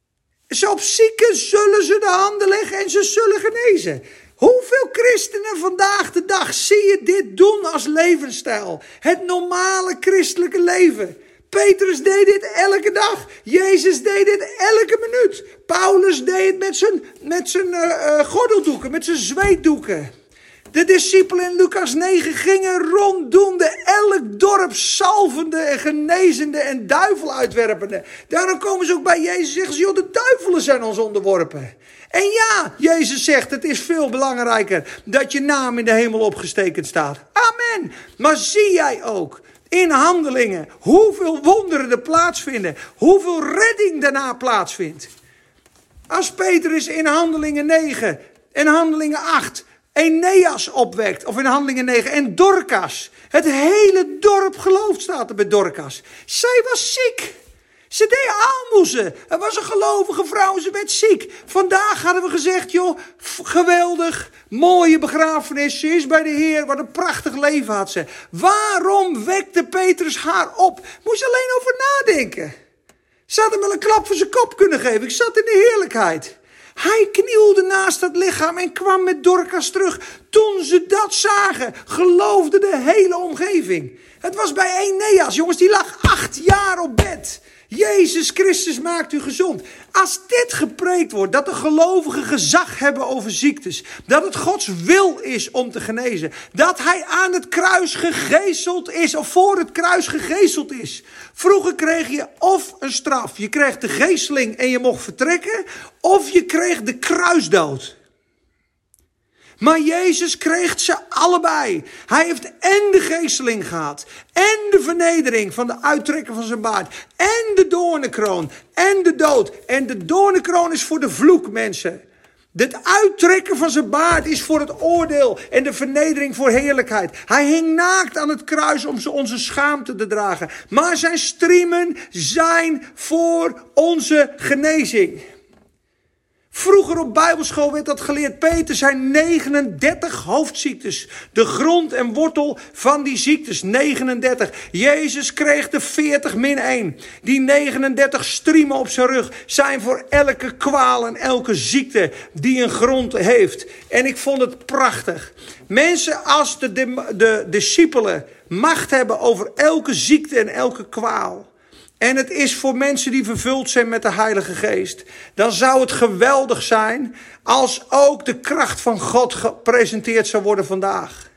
S1: Op zieken zullen ze de handen leggen en ze zullen genezen. Hoeveel christenen vandaag de dag zie je dit doen als levensstijl? Het normale christelijke leven. Petrus deed dit elke dag. Jezus deed dit elke minuut. Paulus deed het met zijn gordeldoeken, met zijn zweetdoeken. De discipelen in Lucas 9 gingen ronddoende elk dorp salvende en genezende en duivel uitwerpende. Daarom komen ze ook bij Jezus en zeggen ze, joh, de duivelen zijn ons onderworpen. En ja, Jezus zegt, het is veel belangrijker dat je naam in de hemel opgestekend staat. Amen. Maar zie jij ook in Handelingen hoeveel wonderen er plaatsvinden. Hoeveel redding daarna plaatsvindt. Als Petrus in Handelingen 9 en Handelingen 8 Eneas opwekt. Of in Handelingen 9 en Dorcas. Het hele dorp gelooft staat er bij Dorcas. Zij was ziek. Ze deed aalmoezen. Er was een gelovige vrouw, ze werd ziek. Vandaag hadden we gezegd, joh, geweldig, mooie begrafenis. Ze is bij de Heer, wat een prachtig leven had ze. Waarom wekte Petrus haar op? Moest alleen over nadenken. Ze had hem wel een klap voor zijn kop kunnen geven. Ik zat in de heerlijkheid. Hij knielde naast het lichaam en kwam met Dorcas terug. Toen ze dat zagen, geloofde de hele omgeving. Het was bij Eneas, jongens, die lag 8 jaar op bed. Jezus Christus maakt u gezond. Als dit gepreekt wordt, dat de gelovigen gezag hebben over ziektes. Dat het Gods wil is om te genezen. Dat hij aan het kruis gegezeld is, of voor het kruis gegezeld is. Vroeger kreeg je of een straf. Je kreeg de gezeling en je mocht vertrekken. Of je kreeg de kruisdood. Maar Jezus kreeg ze allebei. Hij heeft en de gezeling gehad. En de vernedering van de uittrekken van zijn baard. En de doornenkroon. En de dood. En de doornenkroon is voor de vloek, mensen. Het uittrekken van zijn baard is voor het oordeel. En de vernedering voor heerlijkheid. Hij hing naakt aan het kruis om onze schaamte te dragen. Maar zijn striemen zijn voor onze genezing. Vroeger op bijbelschool werd dat geleerd. Peter zijn 39 hoofdziektes. De grond en wortel van die ziektes. 39. Jezus kreeg de 40-1. Die 39 striemen op zijn rug zijn voor elke kwaal en elke ziekte die een grond heeft. En ik vond het prachtig. Mensen, als de discipelen macht hebben over elke ziekte en elke kwaal. En het is voor mensen die vervuld zijn met de Heilige Geest. Dan zou het geweldig zijn als ook de kracht van God gepresenteerd zou worden vandaag.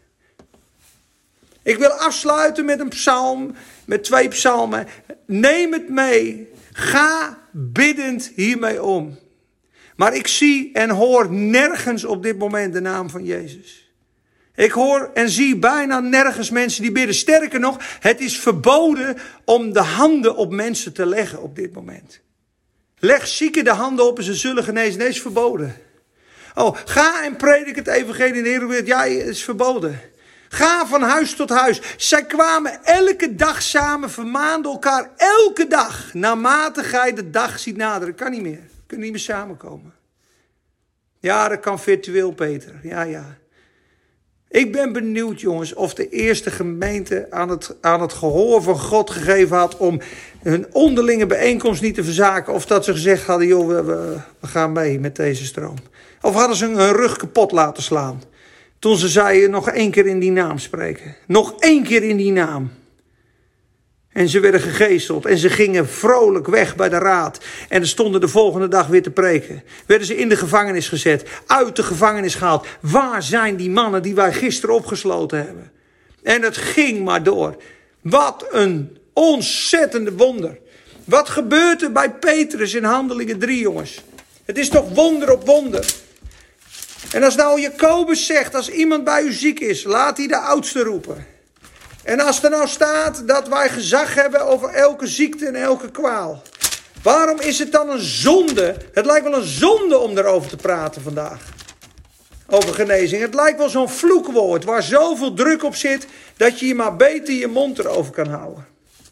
S1: Ik wil afsluiten met een psalm, met 2 psalmen. Neem het mee. Ga biddend hiermee om. Maar ik zie en hoor nergens op dit moment de naam van Jezus. Ik hoor en zie bijna nergens mensen die bidden. Sterker nog, het is verboden om de handen op mensen te leggen op dit moment. Leg zieken de handen op en ze zullen genezen. Nee, is verboden. Oh, ga en predik het evangelie in de hele wereld. Ja, het is verboden. Ga van huis tot huis. Zij kwamen elke dag samen, vermaanden elkaar elke dag. Naarmate gij de dag ziet naderen. Kan niet meer. Kunnen niet meer samenkomen. Ja, dat kan virtueel, Peter. Ja. Ik ben benieuwd, jongens, of de eerste gemeente aan het gehoor van God gegeven had om hun onderlinge bijeenkomst niet te verzaken. Of dat ze gezegd hadden, joh, we gaan mee met deze stroom. Of hadden ze hun rug kapot laten slaan. Toen ze zeiden, nog 1 keer in die naam spreken. Nog 1 keer in die naam. En ze werden gegezeld en ze gingen vrolijk weg bij de raad. En stonden de volgende dag weer te preken. Werden ze in de gevangenis gezet, uit de gevangenis gehaald. Waar zijn die mannen die wij gisteren opgesloten hebben? En het ging maar door. Wat een ontzettende wonder. Wat gebeurt er bij Petrus in Handelingen 3, jongens? Het is toch wonder op wonder. En als nou Jacobus zegt, als iemand bij u ziek is, laat hij de oudste roepen. En als er nou staat dat wij gezag hebben over elke ziekte en elke kwaal. Waarom is het dan een zonde? Het lijkt wel een zonde om daarover te praten vandaag. Over genezing. Het lijkt wel zo'n vloekwoord waar zoveel druk op zit dat je maar beter je mond erover kan houden.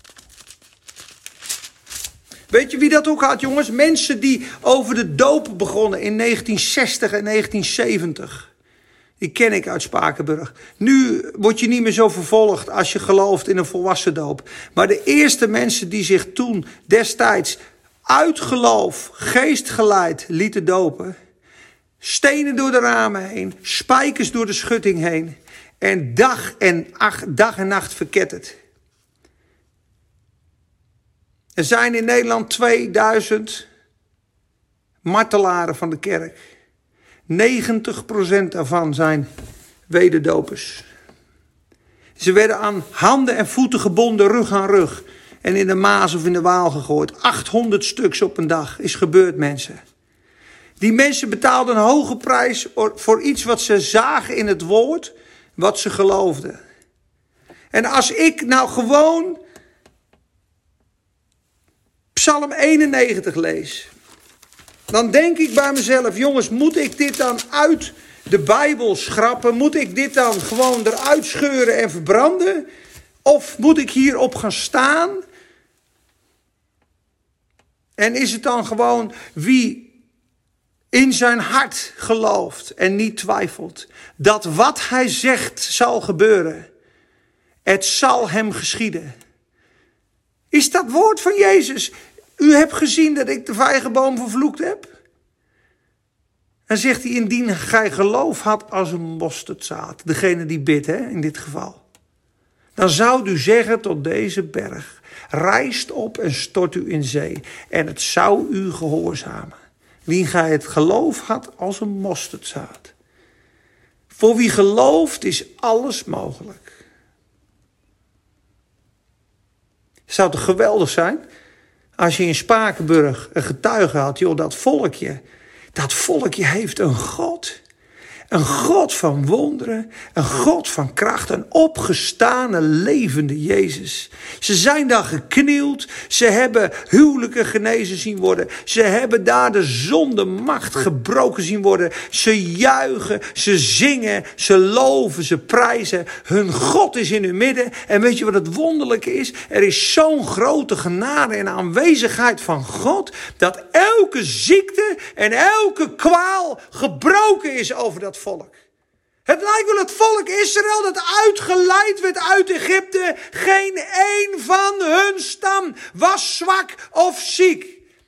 S1: Weet je wie dat ook had, jongens? Mensen die over de doop begonnen in 1960 en 1970. Die ken ik uit Spakenburg. Nu word je niet meer zo vervolgd als je gelooft in een volwassen doop. Maar de eerste mensen die zich toen destijds uit geloof, geestgeleid lieten dopen. Stenen door de ramen heen, spijkers door de schutting heen. En dag en nacht verketterd. Er zijn in Nederland 2000 martelaren van de kerk. 90% daarvan zijn wederdopers. Ze werden aan handen en voeten gebonden, rug aan rug. En in de Maas of in de Waal gegooid. 800 stuks op een dag is gebeurd, mensen. Die mensen betaalden een hoge prijs voor iets wat ze zagen in het woord. Wat ze geloofden. En als ik nou gewoon Psalm 91 lees. Dan denk ik bij mezelf, jongens, moet ik dit dan uit de Bijbel schrappen? Moet ik dit dan gewoon eruit scheuren en verbranden? Of moet ik hierop gaan staan? En is het dan gewoon wie in zijn hart gelooft en niet twijfelt dat wat hij zegt zal gebeuren? Het zal hem geschieden. Is dat woord van Jezus? U hebt gezien dat ik de vijgenboom vervloekt heb. Dan zegt hij, indien gij geloof had als een mosterdzaad. Degene die bidt, in dit geval. Dan zou u zeggen tot deze berg. Rijst op en stort u in zee. En het zou u gehoorzamen. Indien gij het geloof had als een mosterdzaad. Voor wie gelooft is alles mogelijk. Zou het geweldig zijn als je in Spakenburg een getuige had, joh, dat volkje heeft een God. Een God van wonderen, een God van kracht, een opgestane levende Jezus. Ze zijn daar geknield, ze hebben huwelijken genezen zien worden. Ze hebben daar de zondemacht gebroken zien worden. Ze juichen, ze zingen, ze loven, ze prijzen. Hun God is in hun midden. En weet je wat het wonderlijke is? Er is zo'n grote genade en aanwezigheid van God, dat elke ziekte en elke kwaal gebroken is over dat volk. Het lijkt wel het volk Israël dat uitgeleid werd uit Egypte. Geen één van hun stam was zwak of ziek.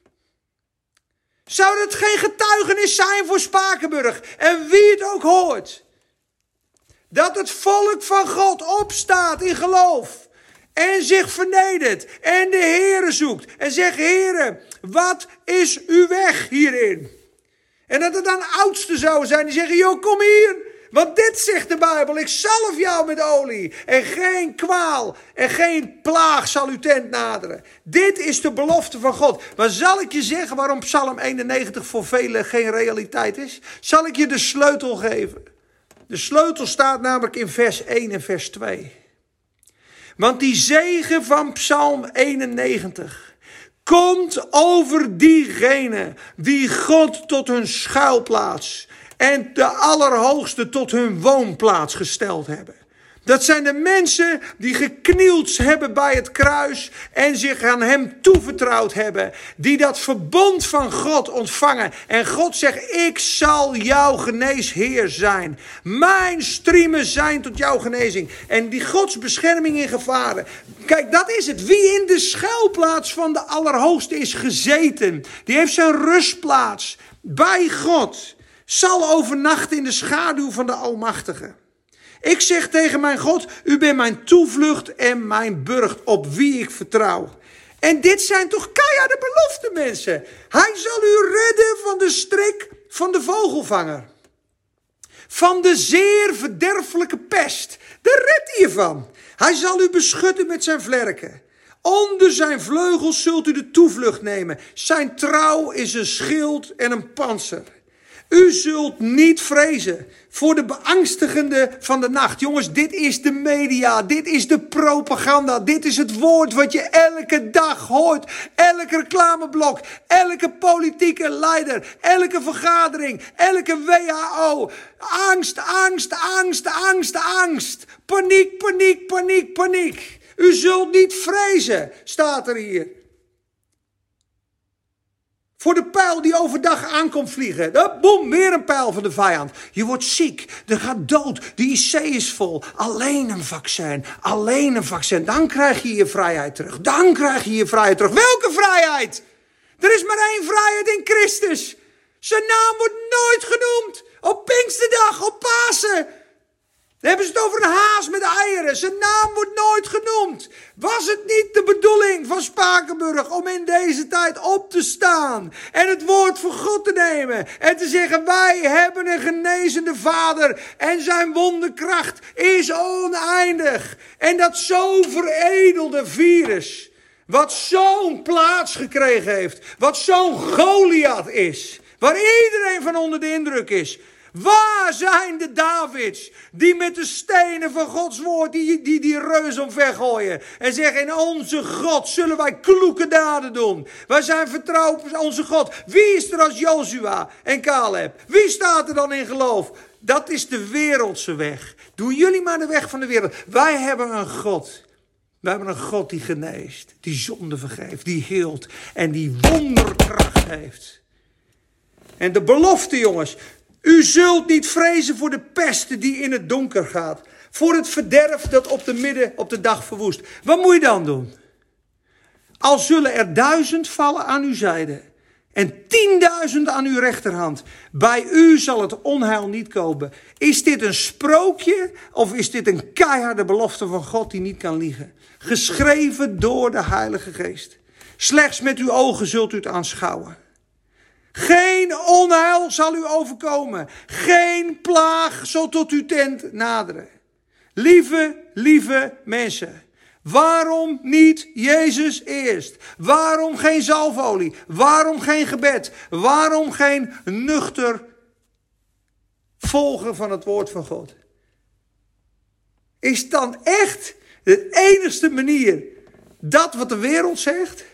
S1: Zou dat geen getuigenis zijn voor Spakenburg? En wie het ook hoort. Dat het volk van God opstaat in geloof. En zich vernedert. En de Heere zoekt. En zegt, Heere, wat is uw weg hierin? En dat er dan oudsten zouden zijn die zeggen, joh, kom hier. Want dit zegt de Bijbel, ik zalf jou met olie. En geen kwaal en geen plaag zal uw tent naderen. Dit is de belofte van God. Maar zal ik je zeggen waarom Psalm 91 voor velen geen realiteit is? Zal ik je de sleutel geven? De sleutel staat namelijk in vers 1 en vers 2. Want die zegen van Psalm 91 komt over diegenen die God tot hun schuilplaats en de Allerhoogste tot hun woonplaats gesteld hebben. Dat zijn de mensen die geknield hebben bij het kruis en zich aan hem toevertrouwd hebben. Die dat verbond van God ontvangen. En God zegt, ik zal jouw geneesheer zijn. Mijn striemen zijn tot jouw genezing. En die Gods bescherming in gevaren. Kijk, dat is het. Wie in de schuilplaats van de Allerhoogste is gezeten. Die heeft zijn rustplaats bij God. Zal overnachten in de schaduw van de Almachtige. Ik zeg tegen mijn God, u bent mijn toevlucht en mijn burcht op wie ik vertrouw. En dit zijn toch keiharde beloften, mensen. Hij zal u redden van de strik van de vogelvanger. Van de zeer verderfelijke pest. Daar redt hij je van. Hij zal u beschutten met zijn vlerken. Onder zijn vleugels zult u de toevlucht nemen. Zijn trouw is een schild en een pantser. U zult niet vrezen voor de beangstigende van de nacht. Jongens, dit is de media, dit is de propaganda, dit is het woord wat je elke dag hoort. Elk reclameblok, elke politieke leider, elke vergadering, elke WHO. Angst, angst, angst, angst, angst. Paniek, paniek, paniek, paniek. U zult niet vrezen, staat er hier. Voor de pijl die overdag aankomt vliegen. Boem, weer een pijl van de vijand. Je wordt ziek, er gaat dood, de IC is vol. Alleen een vaccin, alleen een vaccin. Dan krijg je je vrijheid terug. Dan krijg je je vrijheid terug. Welke vrijheid? Er is maar één vrijheid in Christus. Zijn naam wordt nooit genoemd. Op Pinksterdag, op Pasen. Dan hebben ze het over een haas met eieren. Zijn naam wordt nooit genoemd. Was het niet de bedoeling van Spakenburg om in deze tijd op te staan en het woord van God te nemen en te zeggen, wij hebben een genezende Vader en zijn wonderkracht is oneindig. En dat zo veredelde virus, wat zo'n plaats gekregen heeft, wat zo'n Goliath is, waar iedereen van onder de indruk is. Waar zijn de Davids die met de stenen van Gods woord die reus omvergooien en zeggen, in onze God zullen wij kloeke daden doen. Wij zijn vertrouwd op onze God. Wie is er als Jozua en Caleb? Wie staat er dan in geloof? Dat is de wereldse weg. Doe jullie maar de weg van de wereld. Wij hebben een God. We hebben een God die geneest, die zonde vergeeft, die heelt en die wonderkracht heeft. En de belofte, jongens. U zult niet vrezen voor de pest die in het donker gaat. Voor het verderf dat op de dag verwoest. Wat moet je dan doen? Al zullen er 1000 vallen aan uw zijde. En 10.000 aan uw rechterhand. Bij u zal het onheil niet komen. Is dit een sprookje? Of is dit een keiharde belofte van God die niet kan liegen? Geschreven door de Heilige Geest. Slechts met uw ogen zult u het aanschouwen. Geen onheil zal u overkomen. Geen plaag zal tot uw tent naderen. Lieve mensen. Waarom niet Jezus eerst? Waarom geen zalfolie? Waarom geen gebed? Waarom geen nuchter volgen van het woord van God? Is dan echt de enigste manier dat wat de wereld zegt?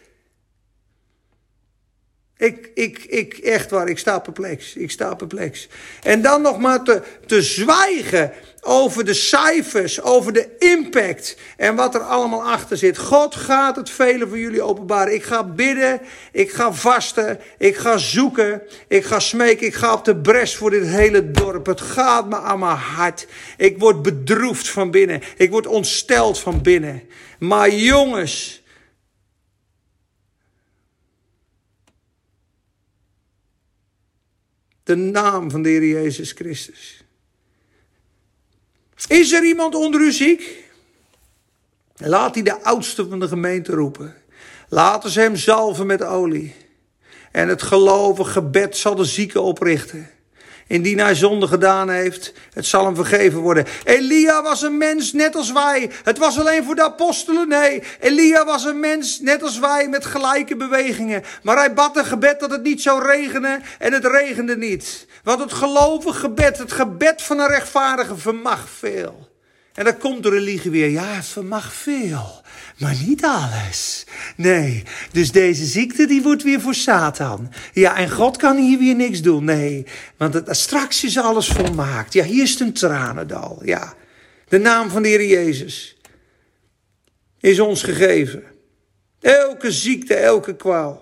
S1: Echt waar, ik sta perplex. En dan nog maar te zwijgen over de cijfers, over de impact en wat er allemaal achter zit. God gaat het vele voor jullie openbaren. Ik ga bidden, ik ga vasten, ik ga zoeken, ik ga smeken, ik ga op de bres voor dit hele dorp. Het gaat me aan mijn hart. Ik word bedroefd van binnen, ik word ontsteld van binnen. Maar jongens, de naam van de Heer Jezus Christus. Is er iemand onder u ziek? Laat hij de oudste van de gemeente roepen. Laten ze hem zalven met olie. En het gelovig gebed zal de zieke oprichten. Indien hij zonde gedaan heeft, het zal hem vergeven worden. Elia was een mens net als wij. Het was alleen voor de apostelen. Nee, Elia was een mens net als wij met gelijke bewegingen. Maar hij bad een gebed dat het niet zou regenen en het regende niet. Want het gelovig gebed, het gebed van een rechtvaardige vermag veel. En dan komt de religie weer. Ja, het vermag veel, maar niet alles. Nee, dus deze ziekte die wordt weer voor Satan. Ja, en God kan hier weer niks doen. Nee, want straks is alles volmaakt. Ja, hier is het een tranendal. Ja, De naam van de Heer Jezus is ons gegeven. Elke ziekte, elke kwaal.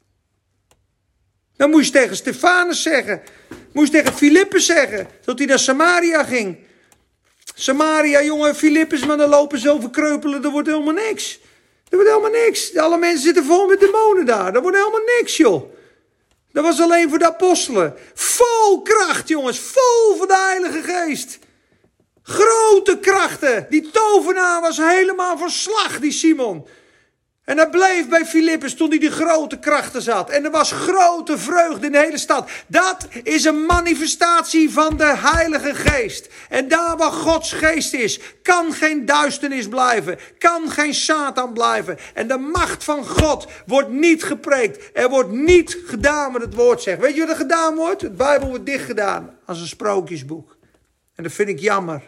S1: Dan moest je tegen Stefanus zeggen. Moest je tegen Filippus zeggen. Dat hij naar Samaria ging. Samaria, jongen, Filippus, maar dan lopen ze over kreupelen. Er wordt helemaal niks. Er wordt helemaal niks. Alle mensen zitten vol met demonen daar. Er wordt helemaal niks, joh. Dat was alleen voor de apostelen. Vol kracht, jongens. Vol van de Heilige Geest. Grote krachten. Die tovenaar was helemaal van slag, die Simon. En hij bleef bij Filippus toen hij die grote krachten zat. En er was grote vreugde in de hele stad. Dat is een manifestatie van de Heilige Geest. En daar waar Gods geest is, kan geen duisternis blijven. Kan geen Satan blijven. En de macht van God wordt niet gepreekt. Er wordt niet gedaan wat het woord zegt. Weet je wat er gedaan wordt? De Bijbel wordt dichtgedaan als een sprookjesboek. En dat vind ik jammer.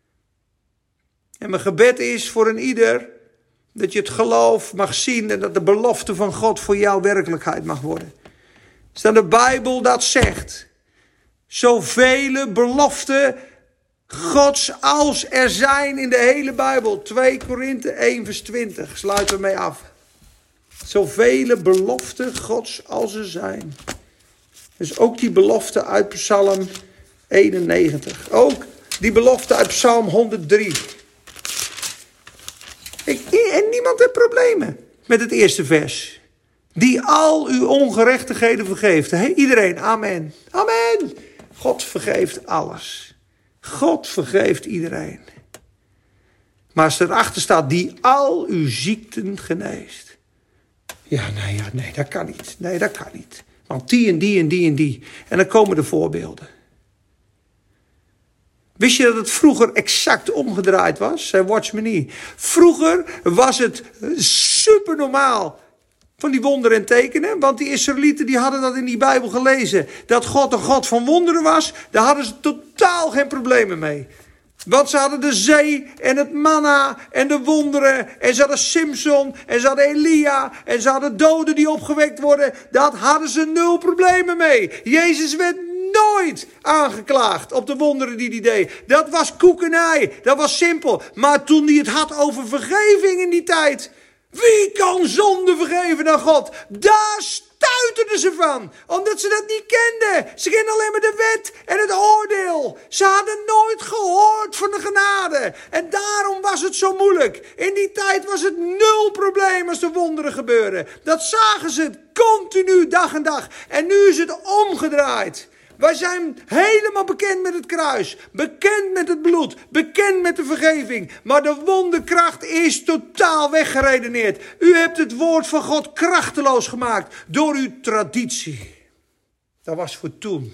S1: En mijn gebed is voor een ieder dat je het geloof mag zien en dat de belofte van God voor jou werkelijkheid mag worden. Als dan de Bijbel dat zegt. Zoveel beloften Gods als er zijn in de hele Bijbel. 2 Korinthe 1 vers 20. Sluiten we mee af. Zoveel beloften Gods als er zijn. Dus ook die belofte uit Psalm 91. Ook die belofte uit Psalm 103. En niemand heeft problemen met het eerste vers. Die al uw ongerechtigheden vergeeft. Iedereen, amen. Amen. God vergeeft alles. God vergeeft iedereen. Maar als er achter staat, die al uw ziekten geneest. Nee, dat kan niet. Nee, dat kan niet. Want die en die en die en die. En dan komen de voorbeelden. Wist je dat het vroeger exact omgedraaid was? Watch me niet. Vroeger was het super normaal van die wonderen en tekenen. Want die Israëlieten die hadden dat in die Bijbel gelezen. Dat God een God van wonderen was. Daar hadden ze totaal geen problemen mee. Want ze hadden de zee en het manna en de wonderen. En ze hadden Simson en ze hadden Elia. En ze hadden doden die opgewekt worden. Dat hadden ze 0 problemen mee. Jezus werd nooit aangeklaagd op de wonderen die hij deed. Dat was koekenij. Dat was simpel. Maar toen hij het had over vergeving in die tijd. Wie kan zonde vergeven dan God? Daar stuiterden ze van. Omdat ze dat niet kenden. Ze kenden alleen maar de wet en het oordeel. Ze hadden nooit gehoord van de genade. En daarom was het zo moeilijk. In die tijd was het 0 probleem als de wonderen gebeurden. Dat zagen ze continu dag en dag. En nu is het omgedraaid. Wij zijn helemaal bekend met het kruis. Bekend met het bloed. Bekend met de vergeving. Maar de wonderkracht is totaal weggeredeneerd. U hebt het woord van God krachteloos gemaakt. Door uw traditie. Dat was voor toen.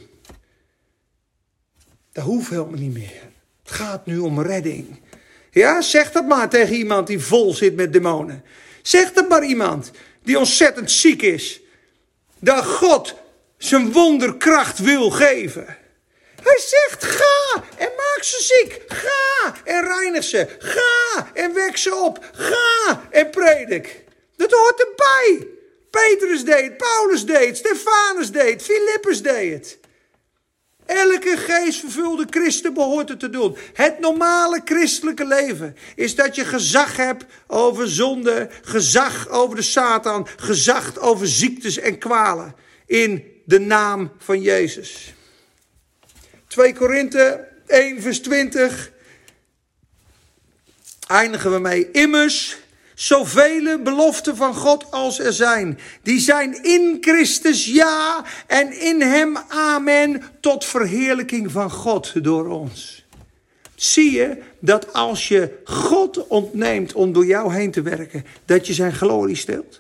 S1: Dat hoeft helemaal niet meer. Het gaat nu om redding. Ja, zeg dat maar tegen iemand die vol zit met demonen. Zeg dat maar iemand die ontzettend ziek is. Dat God zijn wonderkracht wil geven. Hij zegt, ga en maak ze ziek. Ga en reinig ze. Ga en wek ze op. Ga en predik. Dat hoort erbij. Petrus deed het, Paulus deed het, Stefanus deed het, Filippus deed het. Elke geestvervulde christen behoort het te doen. Het normale christelijke leven is dat je gezag hebt over zonde, gezag over de Satan, gezag over ziektes en kwalen. In de naam van Jezus. 2 Korinthe 1 vers 20. Eindigen we mee. Immers, zoveel beloften van God als er zijn. Die zijn in Christus ja en in hem amen. Tot verheerlijking van God door ons. Zie je dat als je God ontneemt om door jou heen te werken. Dat je zijn glorie steelt?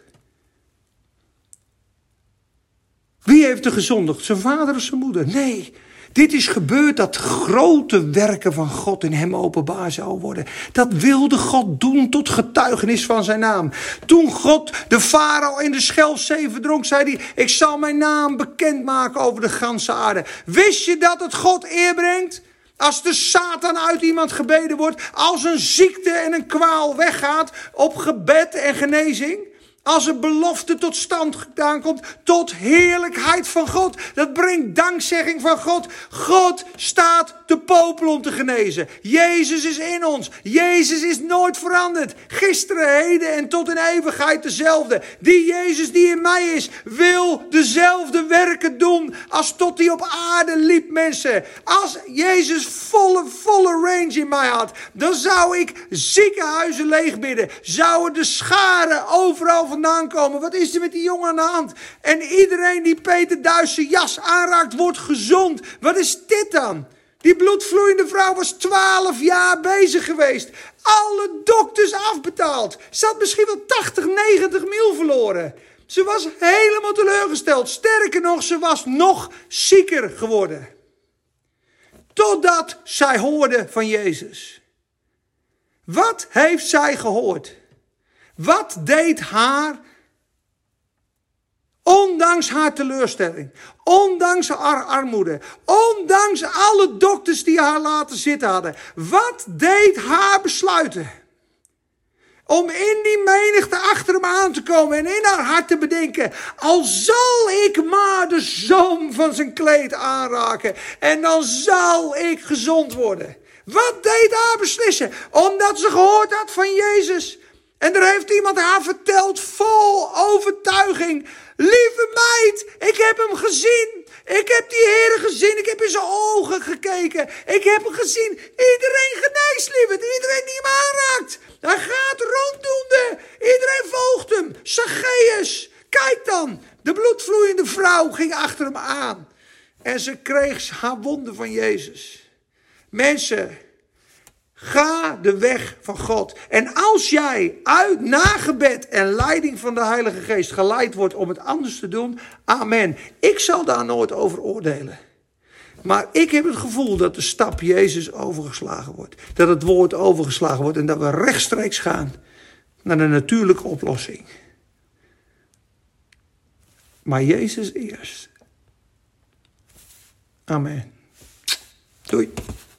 S1: Wie heeft er gezondigd? Zijn vader of zijn moeder? Nee, dit is gebeurd dat grote werken van God in hem openbaar zou worden. Dat wilde God doen tot getuigenis van zijn naam. Toen God de farao in de Schelfzee verdronk, zei hij, ik zal mijn naam bekendmaken over de ganse aarde. Wist je dat het God eer brengt? Als de Satan uit iemand gebeden wordt, als een ziekte en een kwaal weggaat op gebed en genezing. Als een belofte tot stand gedaan komt, tot heerlijkheid van God. Dat brengt dankzegging van God. God staat te popelen om te genezen. Jezus is in ons. Jezus is nooit veranderd. Gisteren, heden en tot in eeuwigheid dezelfde. Die Jezus die in mij is, wil dezelfde werken doen als tot hij op aarde liep, mensen. Als Jezus volle range in mij had, dan zou ik ziekenhuizen leegbidden. Zouden de scharen overal vandaan komen. Wat is er met die jongen aan de hand? En iedereen die Peter Duijs jas aanraakt, wordt gezond. Wat is dit dan? Die bloedvloeiende vrouw was 12 jaar bezig geweest. Alle dokters afbetaald. Ze had misschien wel 80, 90 mil verloren. Ze was helemaal teleurgesteld. Sterker nog, ze was nog zieker geworden. Totdat zij hoorde van Jezus. Wat heeft zij gehoord? Wat deed haar, ondanks haar teleurstelling, ondanks haar armoede, ondanks alle dokters die haar laten zitten hadden. Wat deed haar besluiten? Om in die menigte achter hem aan te komen en in haar hart te bedenken, al zal ik maar de zoom van zijn kleed aanraken en dan zal ik gezond worden. Wat deed haar beslissen? Omdat ze gehoord had van Jezus. En er heeft iemand haar verteld vol overtuiging. Lieve meid, ik heb hem gezien. Ik heb die Heer gezien. Ik heb in zijn ogen gekeken. Ik heb hem gezien. Iedereen geneest, lieverd. Iedereen die hem aanraakt. Hij gaat ronddoende. Iedereen volgt hem. Zacchaeus. Kijk dan. De bloedvloeiende vrouw ging achter hem aan. En ze kreeg haar wonden van Jezus. Mensen, ga de weg van God. En als jij na gebed en leiding van de Heilige Geest geleid wordt om het anders te doen, amen. Ik zal daar nooit over oordelen. Maar ik heb het gevoel dat de stap Jezus overgeslagen wordt. Dat het woord overgeslagen wordt en dat we rechtstreeks gaan naar de natuurlijke oplossing. Maar Jezus eerst. Amen. Doei.